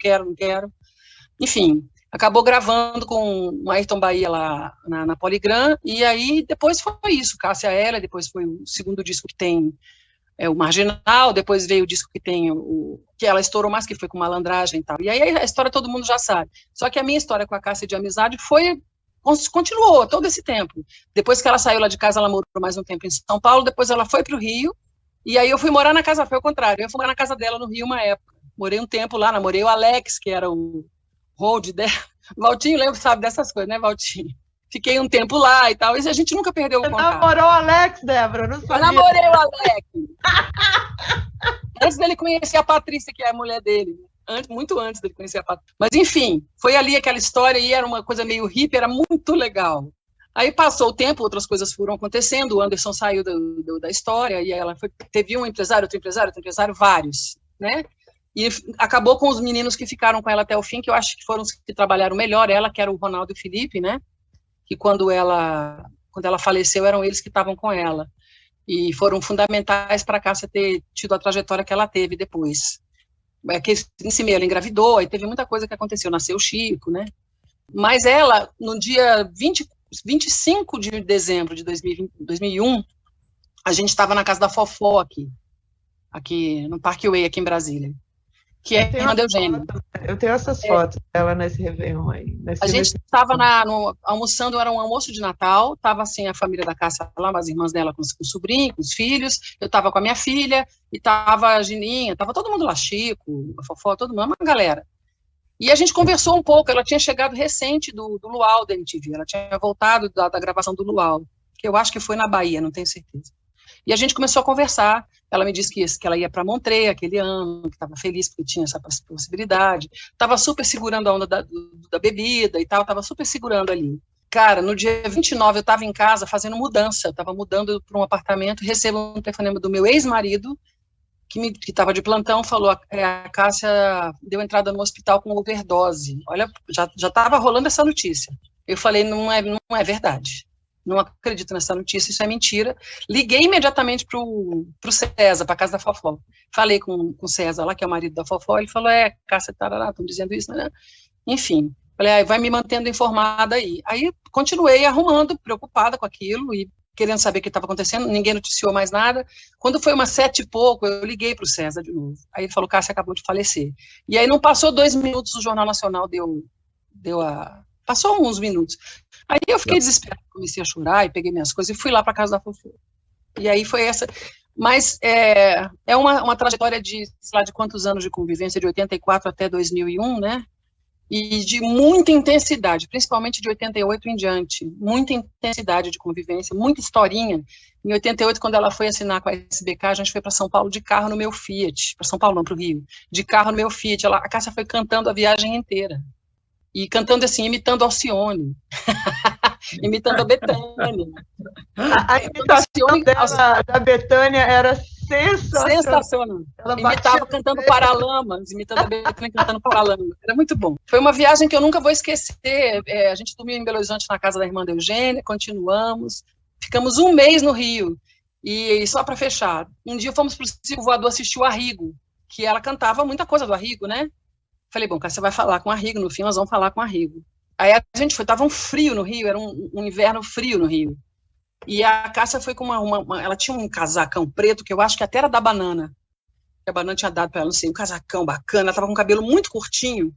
Enfim, acabou gravando com o Ayrton Bahia lá na Polygram, e aí depois foi isso, Cássia Eller, depois foi o segundo disco que tem o Marginal, depois veio o disco que tem que ela estourou mais, que foi com Malandragem e tal, e aí a história todo mundo já sabe, só que a minha história com a Cássia de amizade continuou todo esse tempo, depois que ela saiu lá de casa, ela morou mais um tempo em São Paulo, depois ela foi para o Rio, e aí eu fui morar na casa, foi o contrário, eu fui morar na casa dela no Rio uma época, morei um tempo lá, namorei o Alex, que era o hold dela. Valtinho sabe dessas coisas, né, Valtinho? Fiquei um tempo lá e tal, e a gente nunca perdeu o contato. Você namorou o Alex, Débora? Não sabia. Eu namorei o Alex. Antes dele conhecer a Patrícia, que é a mulher dele. Muito antes dele conhecer a Patrícia. Mas, enfim, foi ali aquela história, e era uma coisa meio hippie, era muito legal. Aí passou o tempo, outras coisas foram acontecendo, o Anderson saiu da história, e ela teve um empresário, outro empresário, vários, né? E acabou com os meninos que ficaram com ela até o fim, que eu acho que foram os que trabalharam melhor, ela, que era o Ronaldo e o Felipe, né, que quando ela faleceu, eram eles que estavam com ela, e foram fundamentais para a Cássia ter tido a trajetória que ela teve depois. Nesse meio ela engravidou, aí teve muita coisa que aconteceu, nasceu o Chico, né, mas ela, no dia 25 de dezembro de 2001, a gente estava na casa da Fofó aqui no Parkway, aqui em Brasília, que é a irmã da Eugênia. Eu tenho essas fotos dela nesse Réveillon aí. A gente estava almoçando, era um almoço de Natal, estava assim a família da Cássia lá, as irmãs dela com o sobrinho, com os filhos, eu estava com a minha filha, e estava a Gininha, estava todo mundo lá, Chico, a Fofó, todo mundo, uma galera. E a gente conversou um pouco, ela tinha chegado recente do Luau da MTV, ela tinha voltado da gravação do Luau, que eu acho que foi na Bahia, não tenho certeza. E a gente começou a conversar, ela me disse que ela ia para Montreux aquele ano, que estava feliz porque tinha essa possibilidade, estava super segurando a onda da bebida e tal, estava super segurando ali. Cara, no dia 29 eu estava em casa fazendo mudança, eu estava mudando para um apartamento, recebo um telefonema do meu ex-marido, que estava de plantão, falou, a Cássia deu entrada no hospital com overdose. Olha, já estava rolando essa notícia. Eu falei, não é verdade. Não acredito nessa notícia, isso é mentira. Liguei imediatamente para o César, para a casa da Fofó. Falei com o César lá, que é o marido da Fofó, ele falou, Cássia, tarará, estão dizendo isso, né? Enfim, falei, vai me mantendo informada aí. Aí continuei arrumando, preocupada com aquilo, e querendo saber o que estava acontecendo, ninguém noticiou mais nada. Quando foi umas 7 e pouco, eu liguei para o César de novo. Aí ele falou, Cássia acabou de falecer. E aí não passou 2 minutos, o Jornal Nacional passou uns minutos. Aí eu fiquei desesperada, comecei a chorar e peguei minhas coisas e fui lá para casa da Fofó. E aí foi essa. Mas é uma trajetória de, sei lá, de quantos anos de convivência, de 84 até 2001, né? E de muita intensidade, principalmente de 88 em diante. Muita intensidade de convivência, muita historinha. Em 88, quando ela foi assinar com a SBK, a gente foi para São Paulo de carro no meu Fiat. Para São Paulo, não, para o Rio. De carro no meu Fiat. A Cássia foi cantando a viagem inteira. E cantando assim, imitando Alcione, imitando a Bethânia. A imitação da Bethânia era sensacional. Imitava cantando Paralamas, imitando a Bethânia cantando Paralamas. Era muito bom. Foi uma viagem que eu nunca vou esquecer. A gente dormiu em Belo Horizonte na casa da irmã da Eugênia, continuamos. Ficamos 1 mês no Rio. E só para fechar, um dia fomos para o Circo Voador assistir o Arrigo, que ela cantava muita coisa do Arrigo, né? Falei, bom, cara, você vai falar com a Arrigo, no fim nós vamos falar com a Arrigo. Aí a gente foi, tava um frio no Rio, era um inverno frio no Rio. E a Cássia foi com ela tinha um casacão preto, que eu acho que até era da Banana, que a Banana tinha dado para ela, não sei, um casacão bacana, ela tava com o cabelo muito curtinho,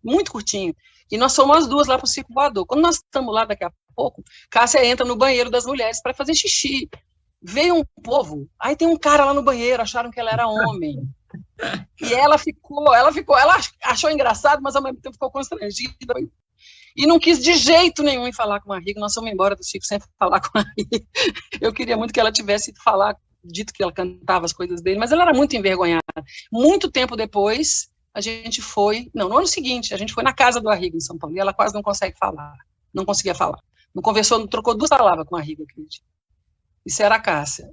e nós fomos as duas lá pro Circo Voador. Quando nós estamos lá daqui a pouco, Cássia entra no banheiro das mulheres para fazer xixi. Veio um povo, aí tem um cara lá no banheiro, acharam que ela era homem. E ela achou engraçado, mas ao mesmo tempo ficou constrangida. E não quis de jeito nenhum em falar com a Arrigo. Nós fomos embora do Chico sem falar com a Arrigo. Eu queria muito que ela tivesse dito que ela cantava as coisas dele, mas ela era muito envergonhada. Muito tempo depois, a gente foi... Não, no ano seguinte, a gente foi na casa do Arrigo, em São Paulo, e ela quase não conseguia falar. Não conversou, não trocou 2 palavras com a Riga, acredito. Isso era a Cássia.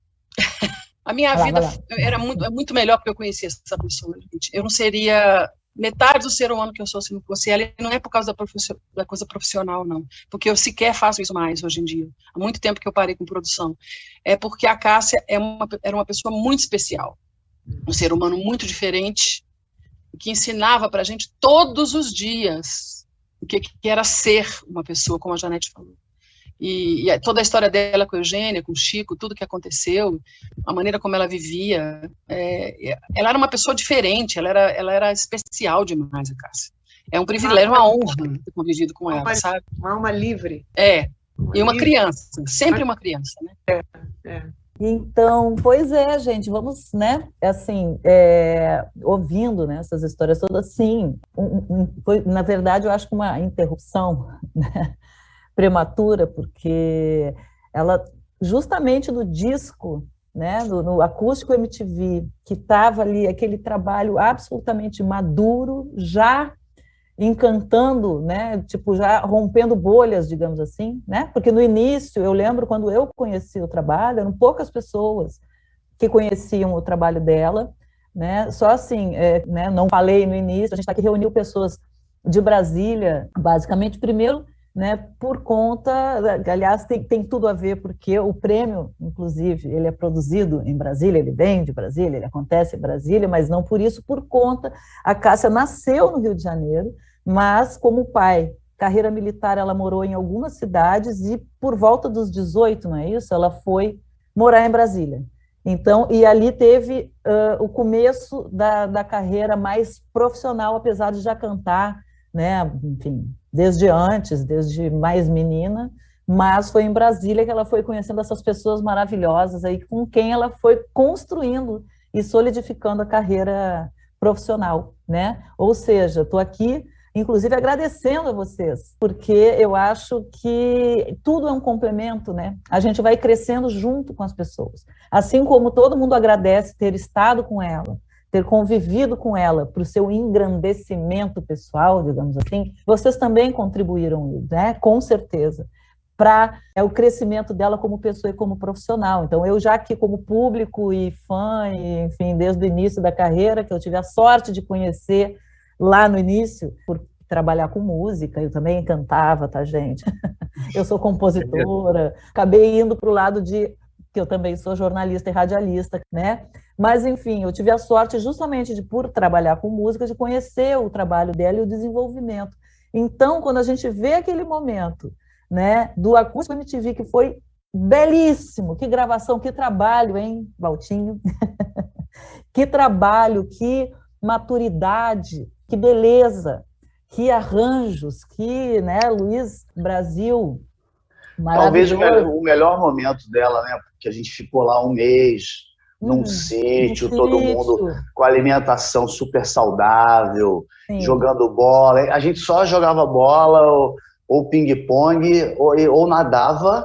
A minha vida era muito melhor porque eu conhecia essa pessoa, gente. Eu não seria metade do ser humano que eu sou se não fosse ela, e não é por causa da coisa profissional, não, porque eu sequer faço isso mais hoje em dia. Há muito tempo que eu parei com produção. É porque a Cássia era uma pessoa muito especial, um ser humano muito diferente, que ensinava para a gente todos os dias o que era ser uma pessoa, como a Janete falou. E toda a história dela com a Eugênia, com o Chico, tudo que aconteceu, a maneira como ela vivia, ela era uma pessoa diferente, ela era especial demais, a Cássia. É um privilégio, uma honra ter convivido com ela, sabe? Uma alma livre. E uma criança, sempre uma criança, né? Então, pois é, gente, vamos, né, assim, ouvindo, né, essas histórias todas, sim, foi, na verdade, eu acho que uma interrupção, né, prematura, porque ela, justamente no disco, né, no Acústico MTV, que estava ali, aquele trabalho absolutamente maduro, já encantando, né, tipo, já rompendo bolhas, digamos assim, né, porque no início, eu lembro, quando eu conheci o trabalho, eram poucas pessoas que conheciam o trabalho dela, né, só assim, né, não falei no início, a gente aqui reuniu pessoas de Brasília, basicamente, primeiro, né, por conta, aliás, tem tudo a ver, porque o prêmio, inclusive, ele é produzido em Brasília, ele vem de Brasília, ele acontece em Brasília, mas não por isso, por conta, a Cássia nasceu no Rio de Janeiro, mas como pai, carreira militar, ela morou em algumas cidades e por volta dos 18, não é isso? Ela foi morar em Brasília. Então, e ali teve o começo da carreira mais profissional, apesar de já cantar, né, enfim, desde antes, desde mais menina, mas foi em Brasília que ela foi conhecendo essas pessoas maravilhosas aí, com quem ela foi construindo e solidificando a carreira profissional, né? Ou seja, estou aqui, inclusive, agradecendo a vocês, porque eu acho que tudo é um complemento, né? A gente vai crescendo junto com as pessoas. Assim como todo mundo agradece ter estado com ela, ter convivido com ela para o seu engrandecimento pessoal, digamos assim, vocês também contribuíram, né? Com certeza, para o crescimento dela como pessoa e como profissional. Então, eu já aqui como público e fã, e, enfim, desde o início da carreira, que eu tive a sorte de conhecer lá no início, por trabalhar com música, eu também cantava, tá, gente? Eu sou compositora, acabei indo para o lado de, que eu também sou jornalista e radialista, né? Mas, enfim, eu tive a sorte justamente de, por trabalhar com música, de conhecer o trabalho dela e o desenvolvimento. Então, quando a gente vê aquele momento, né, do Acústico MTV, que foi belíssimo, que gravação, que trabalho, hein, Valtinho? Que trabalho, que maturidade, que beleza, que arranjos, que, né, Luiz Brasil, talvez o melhor momento dela, né, porque a gente ficou lá um mês, num sítio, todo mundo com alimentação super saudável, sim, jogando bola. A gente só jogava bola ou ping-pong ou nadava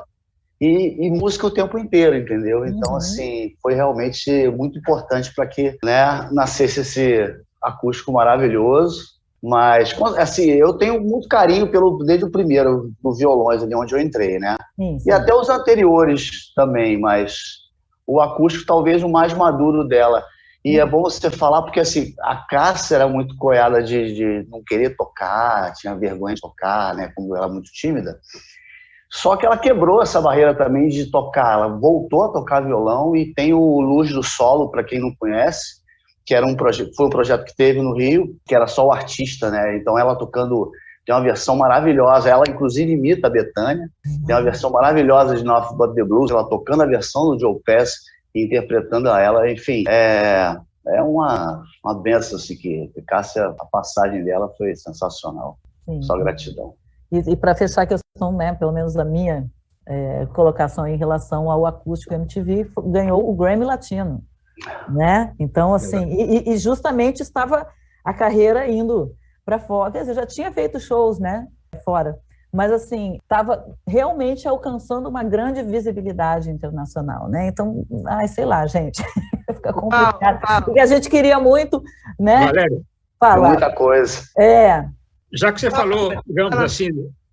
e música o tempo inteiro, entendeu? Então, assim, foi realmente muito importante para que, né, nascesse esse acústico maravilhoso. Mas, assim, eu tenho muito carinho desde o primeiro, do Violões, ali onde eu entrei, né? Sim. E até os anteriores também, mas o acústico talvez o mais maduro dela. E é bom você falar, porque assim, a Cássia era muito coiada de não querer tocar, tinha vergonha de tocar, né, como ela era muito tímida. Só que ela quebrou essa barreira também de tocar, ela voltou a tocar violão e tem o Luz do Solo, para quem não conhece, que era foi um projeto que teve no Rio, que era só o artista, né, então ela tocando, tem uma versão maravilhosa, ela inclusive imita a Bethânia, tem uma versão maravilhosa de Nothing But The Blues, ela tocando a versão do Joe Pass e interpretando ela, enfim, é uma benção, assim, que Cássia, a passagem dela foi sensacional, sim, só gratidão. E para fechar a questão, né, pelo menos da minha colocação em relação ao Acústico MTV, ganhou o Grammy Latino, né, então assim, e justamente estava a carreira indo para fora, quer dizer, já tinha feito shows, né, fora, mas assim, estava realmente alcançando uma grande visibilidade internacional, né, então, sei lá, gente, fica complicado, porque a gente queria muito, né, Valéria, falar. Muita coisa. Já que você falou, digamos assim,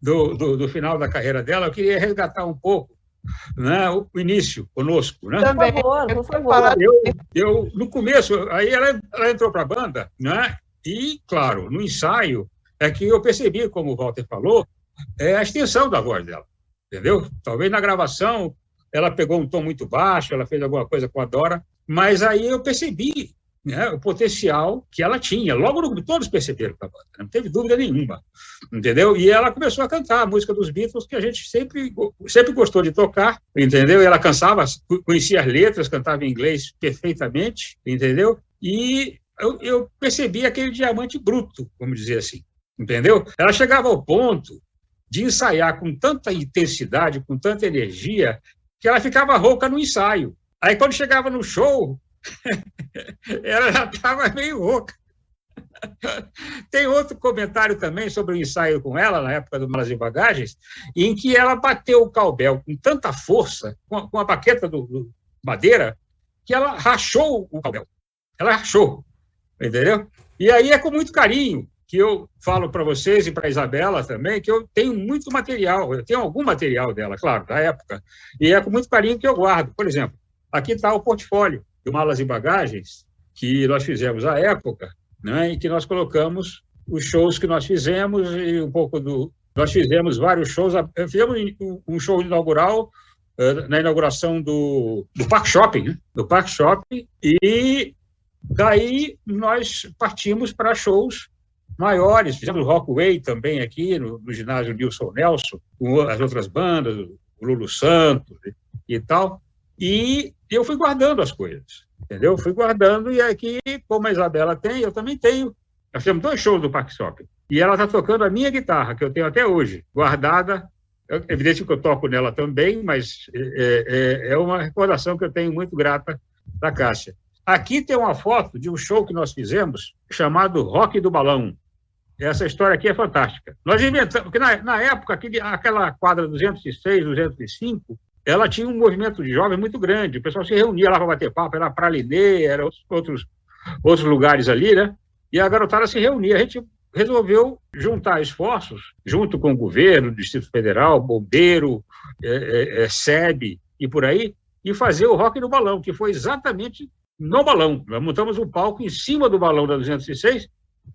do final da carreira dela, eu queria resgatar um pouco, né, o início conosco, né? Também. Por favor. Eu no começo, aí ela entrou para a banda, né? E, claro, no ensaio é que eu percebi, como o Walter falou, a extensão da voz dela, entendeu? Talvez na gravação ela pegou um tom muito baixo, ela fez alguma coisa com a Dora, mas aí eu percebi, né, o potencial que ela tinha. Logo, todos perceberam com a banda, não teve dúvida nenhuma, entendeu? E ela começou a cantar a música dos Beatles, que a gente sempre gostou de tocar, entendeu? E ela conhecia as letras, cantava em inglês perfeitamente, entendeu? E eu percebi aquele diamante bruto, vamos dizer assim, entendeu? Ela chegava ao ponto de ensaiar com tanta intensidade, com tanta energia, que ela ficava rouca no ensaio. Aí, quando chegava no show, ela já estava meio rouca. Tem outro comentário também sobre o ensaio com ela, na época do Malas e Bagagens, em que ela bateu o cowbell com tanta força, com a baqueta do madeira, que ela rachou o cowbell. Ela rachou, entendeu? E aí é com muito carinho que eu falo para vocês e para a Isabela também, que eu tenho muito material, eu tenho algum material dela, claro, da época, e é com muito carinho que eu guardo. Por exemplo, aqui está o portfólio do Malas e Bagagens, que nós fizemos à época, né, em que nós colocamos os shows que nós fizemos e um pouco do... Nós fizemos vários shows, fizemos um show inaugural na inauguração do Park Shopping, né, do Park Shopping, e daí nós partimos para shows maiores, fizemos o Rockway também aqui, no ginásio Nilson Nelson, com as outras bandas, o Lulu Santos e tal, e eu fui guardando as coisas, entendeu? Fui guardando, e aqui, como a Isabela tem, eu também tenho. Nós temos 2 shows do Park Shopping, e ela está tocando a minha guitarra, que eu tenho até hoje, guardada. É evidente que eu toco nela também, mas é uma recordação que eu tenho muito grata da Cássia. Aqui tem uma foto de um show que nós fizemos, chamado Rock do Balão. Essa história aqui é fantástica. Nós inventamos, porque na época, aquela quadra 206, 205, ela tinha um movimento de jovens muito grande. O pessoal se reunia lá para bater papo, era Pralinê, era outros lugares ali, né? E a garotada se reunia. A gente resolveu juntar esforços, junto com o governo, Distrito Federal, Bombeiro, SEB e por aí, e fazer o Rock no Balão, que foi exatamente no balão. Nós montamos um palco em cima do balão da 206,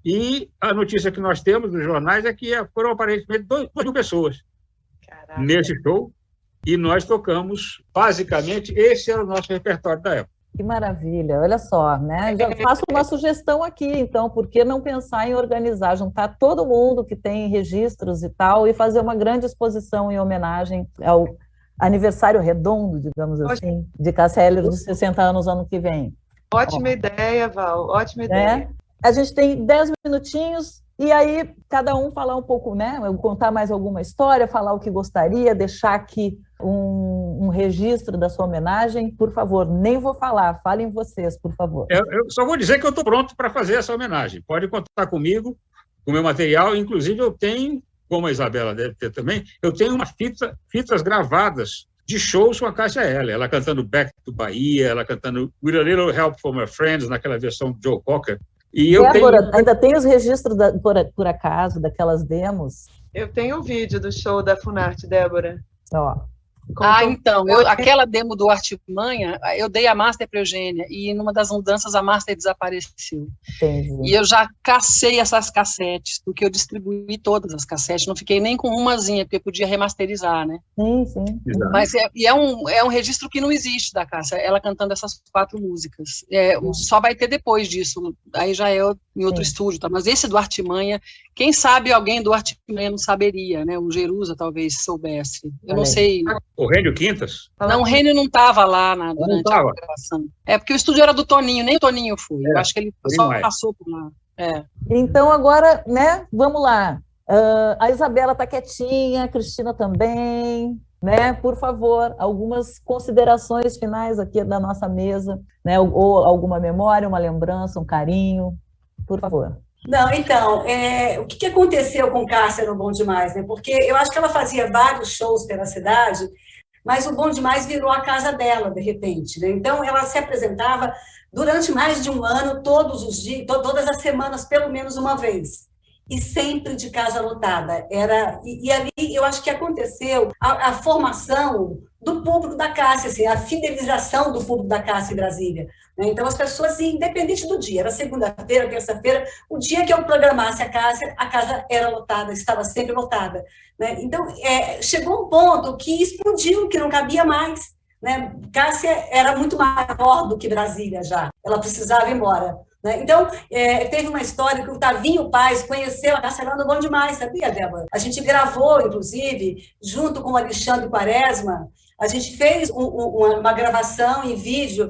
e a notícia que nós temos nos jornais é que foram aparentemente 2.000 pessoas. Caraca. Nesse show, e nós tocamos, basicamente, esse era o nosso repertório da época. Que maravilha, olha só, né? Já faço uma sugestão aqui, então, por que não pensar em organizar, juntar todo mundo que tem registros e tal, e fazer uma grande exposição em homenagem ao aniversário redondo, digamos assim, de Cássia Eller dos 60 anos ano que vem. Ótima ideia, Val, ótima ideia. A gente tem 10 minutinhos, e aí cada um falar um pouco, né? Contar mais alguma história, falar o que gostaria, deixar aqui um registro da sua homenagem. Por favor, nem vou falar, falem vocês, por favor. Eu só vou dizer que eu estou pronto para fazer essa homenagem. Pode contar comigo, com o meu material. Inclusive, eu tenho, como a Isabela deve ter também, eu tenho umas fitas gravadas de shows com a Cássia Eller. Ela cantando Back to Bahia, ela cantando With a Little Help from My Friends, naquela versão do Joe Cocker. E Débora, ainda tem os registros, por acaso, daquelas demos? Eu tenho um vídeo do show da Funarte, Débora. Ó. Então, aquela demo do Artimanha, eu dei a master para a Eugênia, e numa das mudanças a master desapareceu. Entendi. E eu já cacei essas cassetes, porque eu distribuí todas as cassetes, não fiquei nem com umazinha, porque eu podia remasterizar, né? Sim. Mas é um registro que não existe da Cássia, ela cantando essas 4 músicas. Só vai ter depois disso, aí já é em outro estúdio, tá? Mas esse do Artimanha, quem sabe alguém do Artimanha não saberia, né? O Jerusa talvez soubesse, eu não sei. O Rênio Quintas? Não, o Rênio não estava lá durante a gravação. Porque o estúdio era do Toninho, nem o Toninho foi. Eu acho que ele só passou por lá. Então, agora, né, vamos lá. A Isabela está quietinha, a Cristina também, né? Por favor, algumas considerações finais aqui da nossa mesa, né? Ou alguma memória, uma lembrança, um carinho, por favor. Não, então, o que aconteceu com Cássia no Bom Demais, né? Porque eu acho que ela fazia vários shows pela cidade, mas o Bom Demais virou a casa dela, de repente, né? Então, ela se apresentava durante mais de um ano, todos os dias, todas as semanas, pelo menos uma vez. e sempre de casa lotada. E ali eu acho que aconteceu a formação do público da Cássia, assim, a fidelização do público da Cássia em Brasília. Né? Então, as pessoas, independente do dia, era segunda-feira, terça-feira, o dia que eu programasse a Cássia, a casa era lotada, estava sempre lotada. Né? Então, chegou um ponto que explodiu, que não cabia mais. Né? Cássia era muito maior do que Brasília já, ela precisava ir embora. Né? Então, teve uma história que o Tavinho Paz conheceu a Cássia lá no Bom Demais, sabia, Débora? A gente gravou, inclusive, junto com o Alexandre Quaresma, a gente fez uma gravação em vídeo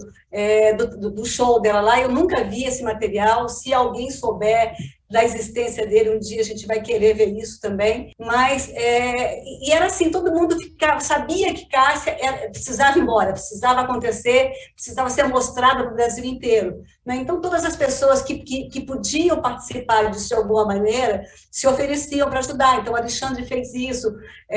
do show dela lá. Eu nunca vi esse material. Se alguém souber da existência dele, um dia a gente vai querer ver isso também. Mas, e era assim, todo mundo sabia que Cássia precisava ir embora, precisava acontecer, precisava ser mostrada para o Brasil inteiro. Né? Então, todas as pessoas que podiam participar disso de alguma maneira, se ofereciam para ajudar. Então, o Alexandre fez isso,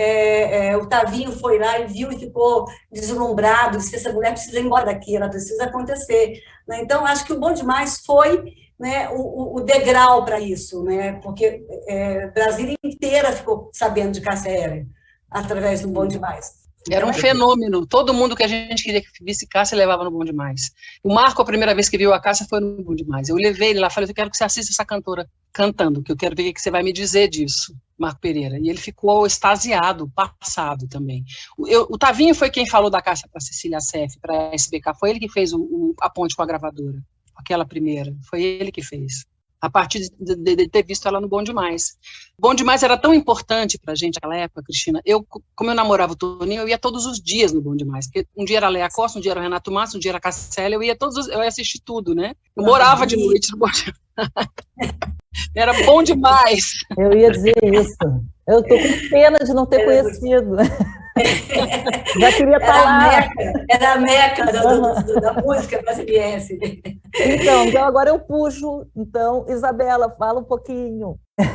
o Tavinho foi lá e viu e ficou deslumbrado, disse: essa mulher precisa ir embora daqui, ela precisa acontecer. Né? Então, acho que o Bom Demais foi, né, o degrau para isso, né? Porque Brasília inteira ficou sabendo de Cássia Eller através do Bom Demais. Era um fenômeno. Todo mundo que a gente queria que visse Cássia levava no Bom Demais. O Marco, a primeira vez que viu a Cássia, foi no Bom Demais. Eu levei ele lá, falei: eu quero que você assista essa cantora cantando, que eu quero ver o que você vai me dizer disso, Marco Pereira. E ele ficou extasiado, passado também. O Tavinho foi quem falou da Cássia para Cecília Seff, para a SBK. Foi ele que fez a ponte com a gravadora. Aquela primeira, foi ele que fez, a partir de ter visto ela no Bom Demais. Bom Demais era tão importante pra gente naquela época, Cristina. Como eu namorava o Toninho, eu ia todos os dias no Bom Demais, porque um dia era a Léa Costa, um dia era o Renato Massa, um dia era a Cássia Eller, eu ia assistir tudo, né? Eu morava de noite no Bom Demais. Era bom demais. Eu ia dizer isso. Eu tô com pena de não ter conhecido. Já queria estar lá. Era a meca da música brasiliense. Então, agora eu puxo. Então, Isabela, fala um pouquinho.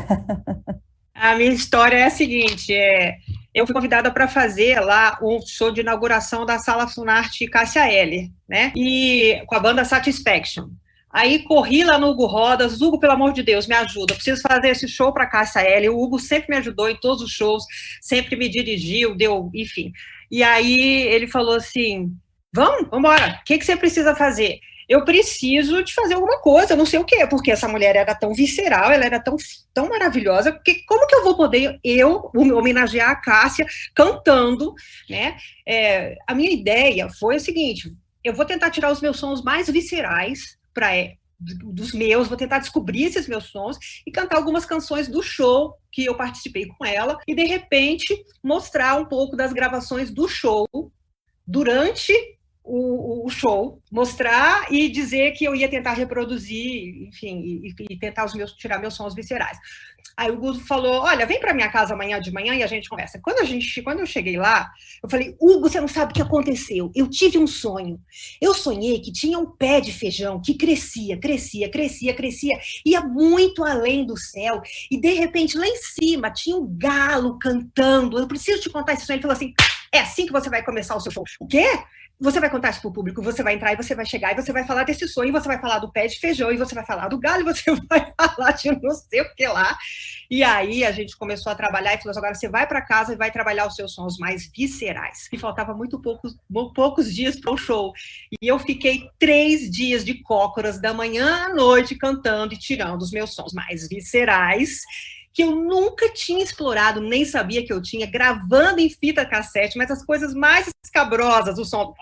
A minha história é a seguinte, eu fui convidada para fazer lá um show de inauguração da Sala Funarte Cássia Eller, né? E com a banda Satisfaction. Aí corri lá no Hugo Rodas: Hugo, pelo amor de Deus, me ajuda, eu preciso fazer esse show para Cássia Eller. O Hugo sempre me ajudou em todos os shows, sempre me dirigiu, enfim. E aí ele falou assim: vamos embora, o que você precisa fazer? Eu preciso de fazer alguma coisa, não sei o quê, porque essa mulher era tão visceral, ela era tão maravilhosa, porque como que eu vou poder homenagear a Cássia cantando, né? A minha ideia foi o seguinte: eu vou tentar tirar os meus sons mais viscerais dos meus, vou tentar descobrir esses meus sons e cantar algumas canções do show que eu participei com ela e, de repente, mostrar um pouco das gravações do show durante o show, mostrar e dizer que eu ia tentar reproduzir, enfim, e tentar tirar meus sons viscerais. Aí o Hugo falou: olha, vem para minha casa amanhã de manhã e a gente conversa. Quando eu cheguei lá, eu falei: Hugo, você não sabe o que aconteceu. Eu tive um sonho. Eu sonhei que tinha um pé de feijão que crescia, ia muito além do céu. E, de repente, lá em cima, tinha um galo cantando. Eu preciso te contar esse sonho. Ele falou assim: é assim que você vai começar o seu show. O quê? Você vai contar isso para o público, você vai entrar e você vai chegar e você vai falar desse sonho, você vai falar do pé de feijão, e você vai falar do galho, e você vai falar de não sei o que lá. E aí a gente começou a trabalhar e falou assim: agora você vai para casa e vai trabalhar os seus sons mais viscerais. E faltava muito poucos dias para o show. E eu fiquei 3 dias de cócoras, da manhã à noite, cantando e tirando os meus sons mais viscerais, que eu nunca tinha explorado, nem sabia que eu tinha, gravando em fita cassete, mas as coisas mais escabrosas, o som...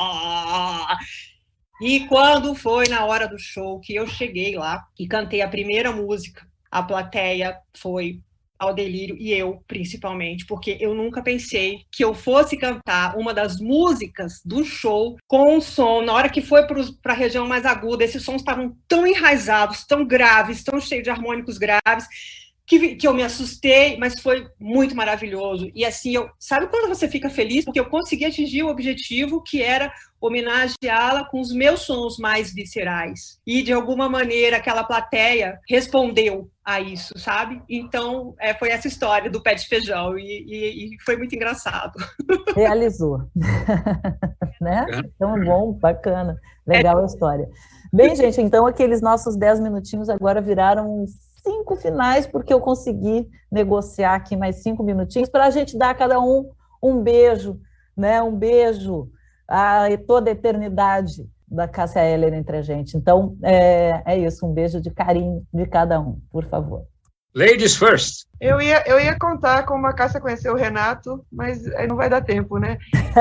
E quando foi na hora do show que eu cheguei lá e cantei a primeira música, a plateia foi ao delírio, e eu, principalmente, porque eu nunca pensei que eu fosse cantar uma das músicas do show com um som, na hora que foi para a região mais aguda, esses sons estavam tão enraizados, tão graves, tão cheios de harmônicos graves, que eu me assustei, mas foi muito maravilhoso. E assim, sabe quando você fica feliz? Porque eu consegui atingir o objetivo, que era homenageá-la com os meus sons mais viscerais. E, de alguma maneira, aquela plateia respondeu a isso, sabe? Então, foi essa história do pé de feijão, e foi muito engraçado. Realizou. Né? Então, bom, bacana. Legal a história. Bem, gente, então aqueles nossos 10 minutinhos agora viraram 5 finais, porque eu consegui negociar aqui mais 5 minutinhos para a gente dar a cada um beijo, né? Um beijo a toda a eternidade da Cássia Eller entre a gente. Então, é isso, um beijo de carinho de cada um, por favor. Ladies first. Eu ia contar como a Cássia conheceu o Renato, mas aí não vai dar tempo, né?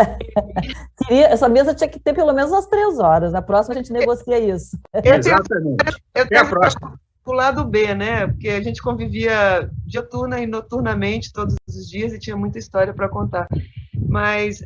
Essa mesa tinha que ter pelo menos umas 3 horas. Na próxima a gente negocia isso. Exatamente. Até a próxima. O lado B, né? Porque a gente convivia diuturna e noturnamente todos os dias e tinha muita história para contar. Mas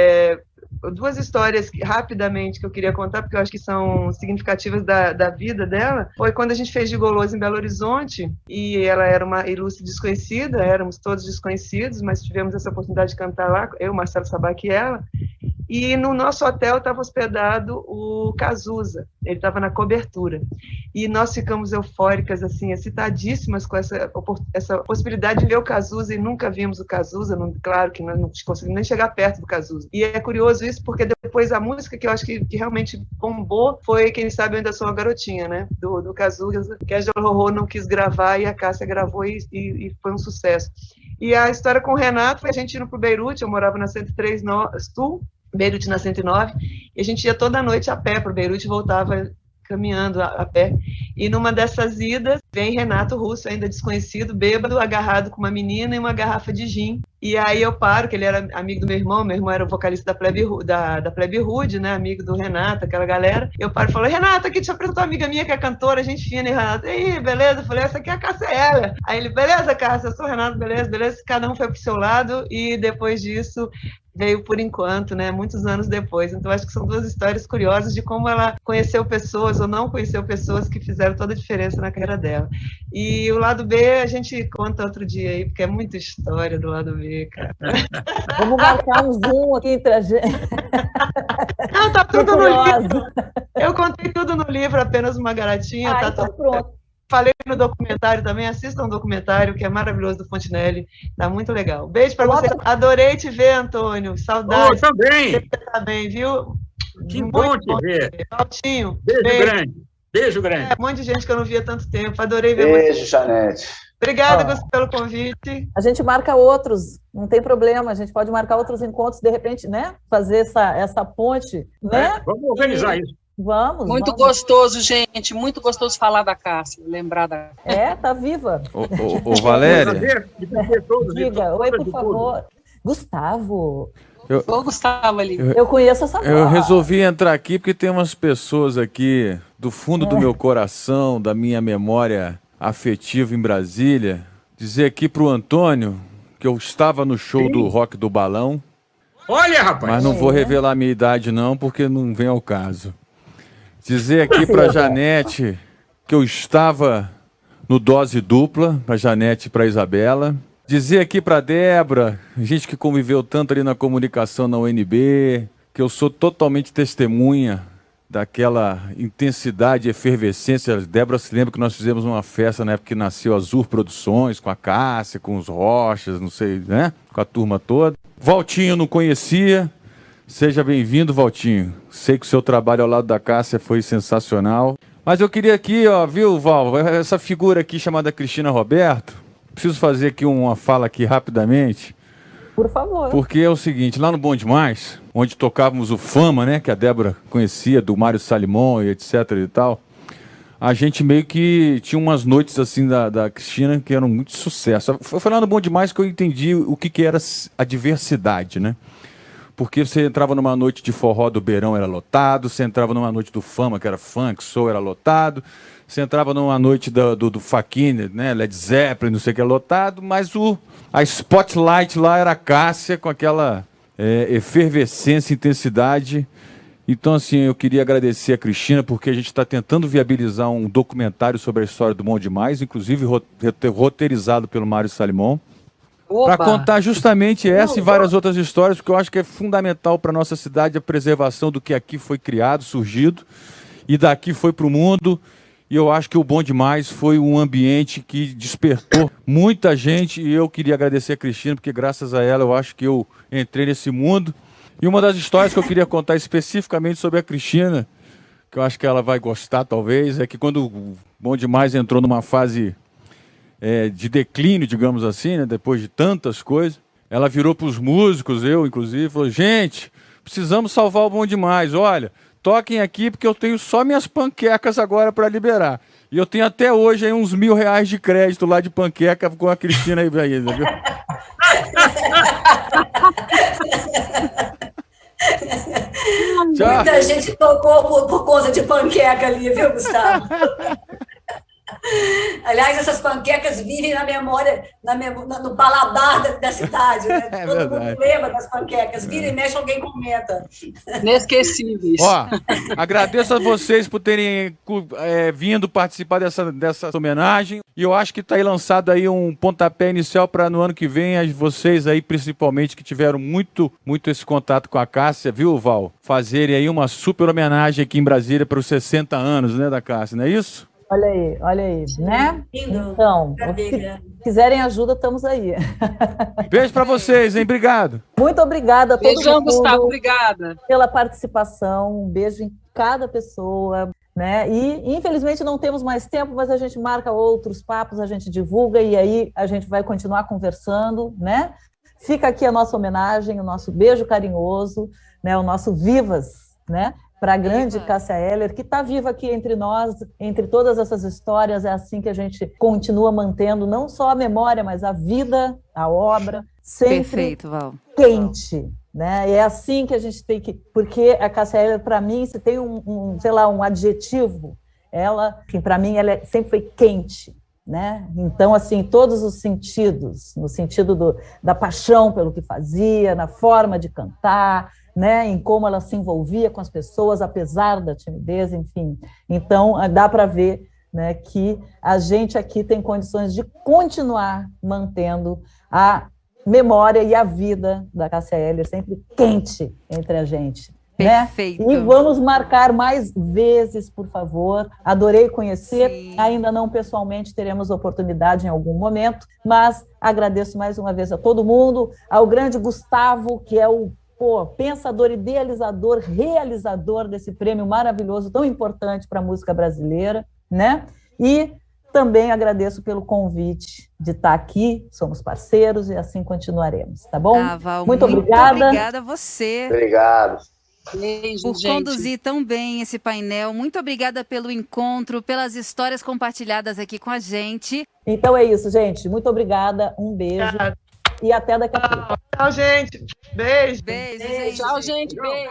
2 histórias rapidamente que eu queria contar, porque eu acho que são significativas da vida dela, foi quando a gente fez Gigolôs em Belo Horizonte, e ela era uma ilustre desconhecida, éramos todos desconhecidos, mas tivemos essa oportunidade de cantar lá, eu, Marcelo Sabac e ela, e no nosso hotel estava hospedado o Cazuza, ele estava na cobertura, e nós ficamos eufóricas, assim, excitadíssimas com essa possibilidade de ver o Cazuza, e nunca vimos o Cazuza, claro que nós não conseguimos nem chegar perto do Cazuza, e é curioso isso, porque depois a música que eu acho que realmente bombou foi Quem Sabe Eu Ainda Sou Uma Garotinha, né, do Cazuza, que a Jorro não quis gravar, e a Cássia gravou, e foi um sucesso. E a história com o Renato foi a gente indo para o Beirute, eu morava na 103 Sul, Beirute na 109, e a gente ia toda noite a pé para o Beirute e voltava caminhando a pé. E numa dessas idas, vem Renato Russo, ainda desconhecido, bêbado, agarrado com uma menina e uma garrafa de gin. E aí eu paro, que ele era amigo do meu irmão era o vocalista da Plebe Rude, né, amigo do Renato, aquela galera. Eu paro e falo, Renato, aqui te apresentou uma amiga minha que é cantora, gente fina, e Renato, e aí, beleza? Eu falei, essa aqui é a Cássia Eller. Aí ele, beleza, Cássia, eu sou o Renato, beleza, beleza. Cada um foi pro seu lado, e depois disso veio por enquanto, né, muitos anos depois. Então, acho que são 2 histórias curiosas de como ela conheceu pessoas ou não conheceu pessoas que fizeram toda a diferença na carreira dela. E o lado B a gente conta outro dia aí, porque é muita história do lado B, cara. Vamos marcar um Zoom aqui entre a gente. Não, tá tudo no livro. Eu contei tudo no livro, apenas uma garotinha. Tá então pronto. Falei no documentário também, assistam um documentário que é maravilhoso do Fontinelli, tá muito legal. Beijo para você. Adorei te ver, Antônio. Saudades. Eu também. Você tá bem, viu? Que bom te ver. Valtinho. Beijo grande. Beijo grande. Um monte de gente que eu não via há tanto tempo. Adorei ver você. Beijo, você. Janete. Obrigada, Gustavo, pelo convite. A gente marca outros, não tem problema, a gente pode marcar outros encontros, de repente, né? Fazer essa ponte, né? Vamos organizar isso. Vamos. Muito gostoso, gente. Muito gostoso falar da Cássia, lembrar da... Tá viva. Ô Valéria. Diga, oi, por favor. Gustavo. Ô, Gustavo ali. Eu conheço essa voz. Eu resolvi entrar aqui porque tem umas pessoas aqui do fundo do meu coração, da minha memória afetiva em Brasília, dizer aqui pro Antônio que eu estava no show do Rock do Balão. Olha, rapaz! Mas não vou revelar a minha idade não, porque não vem ao caso. Dizer aqui para Janete que eu estava no Dose Dupla, para Janete e para Isabela. Dizer aqui para Débora, gente que conviveu tanto ali na comunicação na UNB, que eu sou totalmente testemunha daquela intensidade e efervescência. Débora se lembra que nós fizemos uma festa na época que nasceu a Azur Produções, com a Cássia, com os Rochas, não sei, né? Com a turma toda. Valtinho não conhecia. Seja bem-vindo, Valtinho. Sei que o seu trabalho ao lado da Cássia foi sensacional. Mas eu queria aqui, ó, viu, Val, essa figura aqui chamada Cristina Roberto, preciso fazer aqui uma fala aqui rapidamente. Por favor. Porque é o seguinte, lá no Bom Demais, onde tocávamos o Fama, né, que a Débora conhecia, do Mário Salimon e etc e tal, a gente meio que tinha umas noites assim da Cristina que eram muito sucesso. Foi lá no Bom Demais que eu entendi o que era a diversidade, né? Porque você entrava numa noite de forró do Beirão, era lotado, você entrava numa noite do Fama, que era funk, soul, era lotado, você entrava numa noite do Faquine, né, Led Zeppelin, não sei o que, lotado, mas a spotlight lá era a Cássia, com aquela efervescência, intensidade. Então, assim, eu queria agradecer a Cristina, porque a gente está tentando viabilizar um documentário sobre a história do Bom Demais, inclusive roteirizado pelo Mário Salimon, para contar justamente essa e várias outras histórias, porque eu acho que é fundamental para a nossa cidade a preservação do que aqui foi criado, surgido, e daqui foi para o mundo. E eu acho que o Bom Demais foi um ambiente que despertou muita gente, e eu queria agradecer a Cristina, porque graças a ela eu acho que eu entrei nesse mundo. E uma das histórias que eu queria contar especificamente sobre a Cristina, que eu acho que ela vai gostar talvez, é que quando o Bom Demais entrou numa fase de declínio, digamos assim, né? Depois de tantas coisas. Ela virou para os músicos, eu inclusive, falou: gente, precisamos salvar o Bom Demais, olha, toquem aqui porque eu tenho só minhas panquecas agora para liberar. E eu tenho até hoje aí uns R$1.000 de crédito lá de panqueca com a Cristina aí, viu? Muita gente tocou por conta de panqueca ali, viu, Gustavo? Aliás, essas panquecas vivem na memória, no paladar da cidade, né? Todo mundo lembra das panquecas. Vira e mexe, alguém comenta. Inesquecíveis. Ó, agradeço a vocês por terem vindo participar dessa homenagem. E eu acho que está aí lançado aí um pontapé inicial para no ano que vem, vocês aí, principalmente, que tiveram muito esse contato com a Cássia, viu, Val? Fazerem aí uma super homenagem aqui em Brasília para os 60 anos, né, da Cássia, não é isso? Olha aí, né? Então, se quiserem ajuda, estamos aí. Beijo para vocês, hein? Obrigado. Muito obrigada a todo Beijão, mundo. Gustavo, obrigada. Pela participação, um beijo em cada pessoa, né? E, infelizmente, não temos mais tempo, mas a gente marca outros papos, a gente divulga e aí a gente vai continuar conversando, né? Fica aqui a nossa homenagem, o nosso beijo carinhoso, né? O nosso vivas, né? Para a grande Cássia Eller, que está viva aqui entre nós, entre todas essas histórias. É assim que a gente continua mantendo não só a memória, mas a vida, a obra, sempre perfeito, Val. Quente. Né? E é assim que a gente tem que... Porque a Cássia Eller, para mim, se tem um adjetivo, ela, para mim, ela sempre foi quente. Né? Então, assim, todos os sentidos, no sentido da paixão pelo que fazia, na forma de cantar, né, em como ela se envolvia com as pessoas, apesar da timidez, enfim. Então, dá para ver, né, que a gente aqui tem condições de continuar mantendo a memória e a vida da Cássia Eller sempre quente entre a gente. Perfeito. Né? E vamos marcar mais vezes, por favor. Adorei conhecer, ainda não pessoalmente, teremos oportunidade em algum momento, mas agradeço mais uma vez a todo mundo, ao grande Gustavo, que é o pensador, idealizador, realizador desse prêmio maravilhoso, tão importante para a música brasileira, né? E também agradeço pelo convite de estar aqui, somos parceiros e assim continuaremos, tá bom? Val, muito obrigada. Muito obrigada a você. Obrigado. Beijo, por gente. conduzir tão bem esse painel. Muito obrigada pelo encontro, pelas histórias compartilhadas aqui com a gente. Então é isso, gente. Muito obrigada, um beijo. Obrigada. E até daqui a pouco. Tchau, gente. Beijo. Beijo, gente. Tchau, gente. Beijo.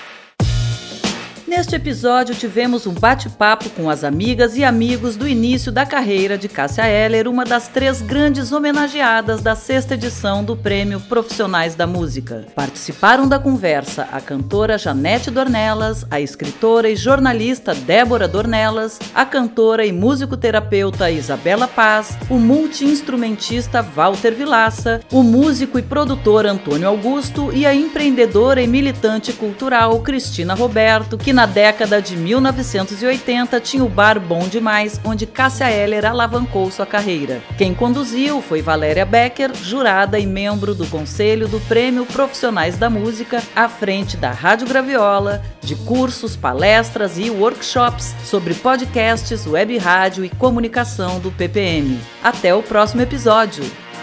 Neste episódio, tivemos um bate-papo com as amigas e amigos do início da carreira de Cássia Eller, uma das 3 grandes homenageadas da 6ª edição do Prêmio Profissionais da Música. Participaram da conversa a cantora Janete Dornelas, a escritora e jornalista Débora Dornelas, a cantora e musicoterapeuta Isabela Paz, o multi-instrumentista Walter Vilaça, o músico e produtor Antônio Augusto e a empreendedora e militante cultural Cristina Roberto, que na década de 1980 tinha o bar Bom Demais, onde Cássia Eller alavancou sua carreira. Quem conduziu foi Valéria Becker, jurada e membro do Conselho do Prêmio Profissionais da Música, à frente da Rádio Graviola, de cursos, palestras e workshops sobre podcasts, web rádio e comunicação do PPM. Até o próximo episódio!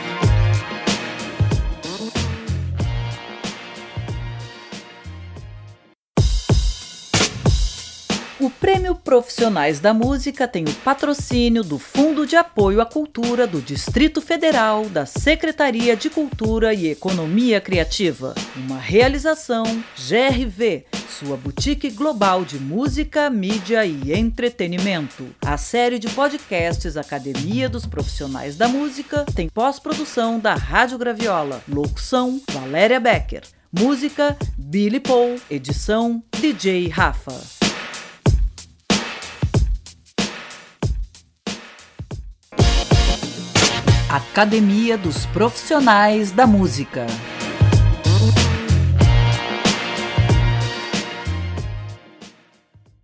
O Prêmio Profissionais da Música tem o patrocínio do Fundo de Apoio à Cultura do Distrito Federal, da Secretaria de Cultura e Economia Criativa. Uma realização GRV, sua boutique global de música, mídia e entretenimento. A série de podcasts Academia dos Profissionais da Música tem pós-produção da Rádio Graviola. Locução, Valéria Becker. Música, Billy Paul. Edição, DJ Rafa. Academia dos Profissionais da Música.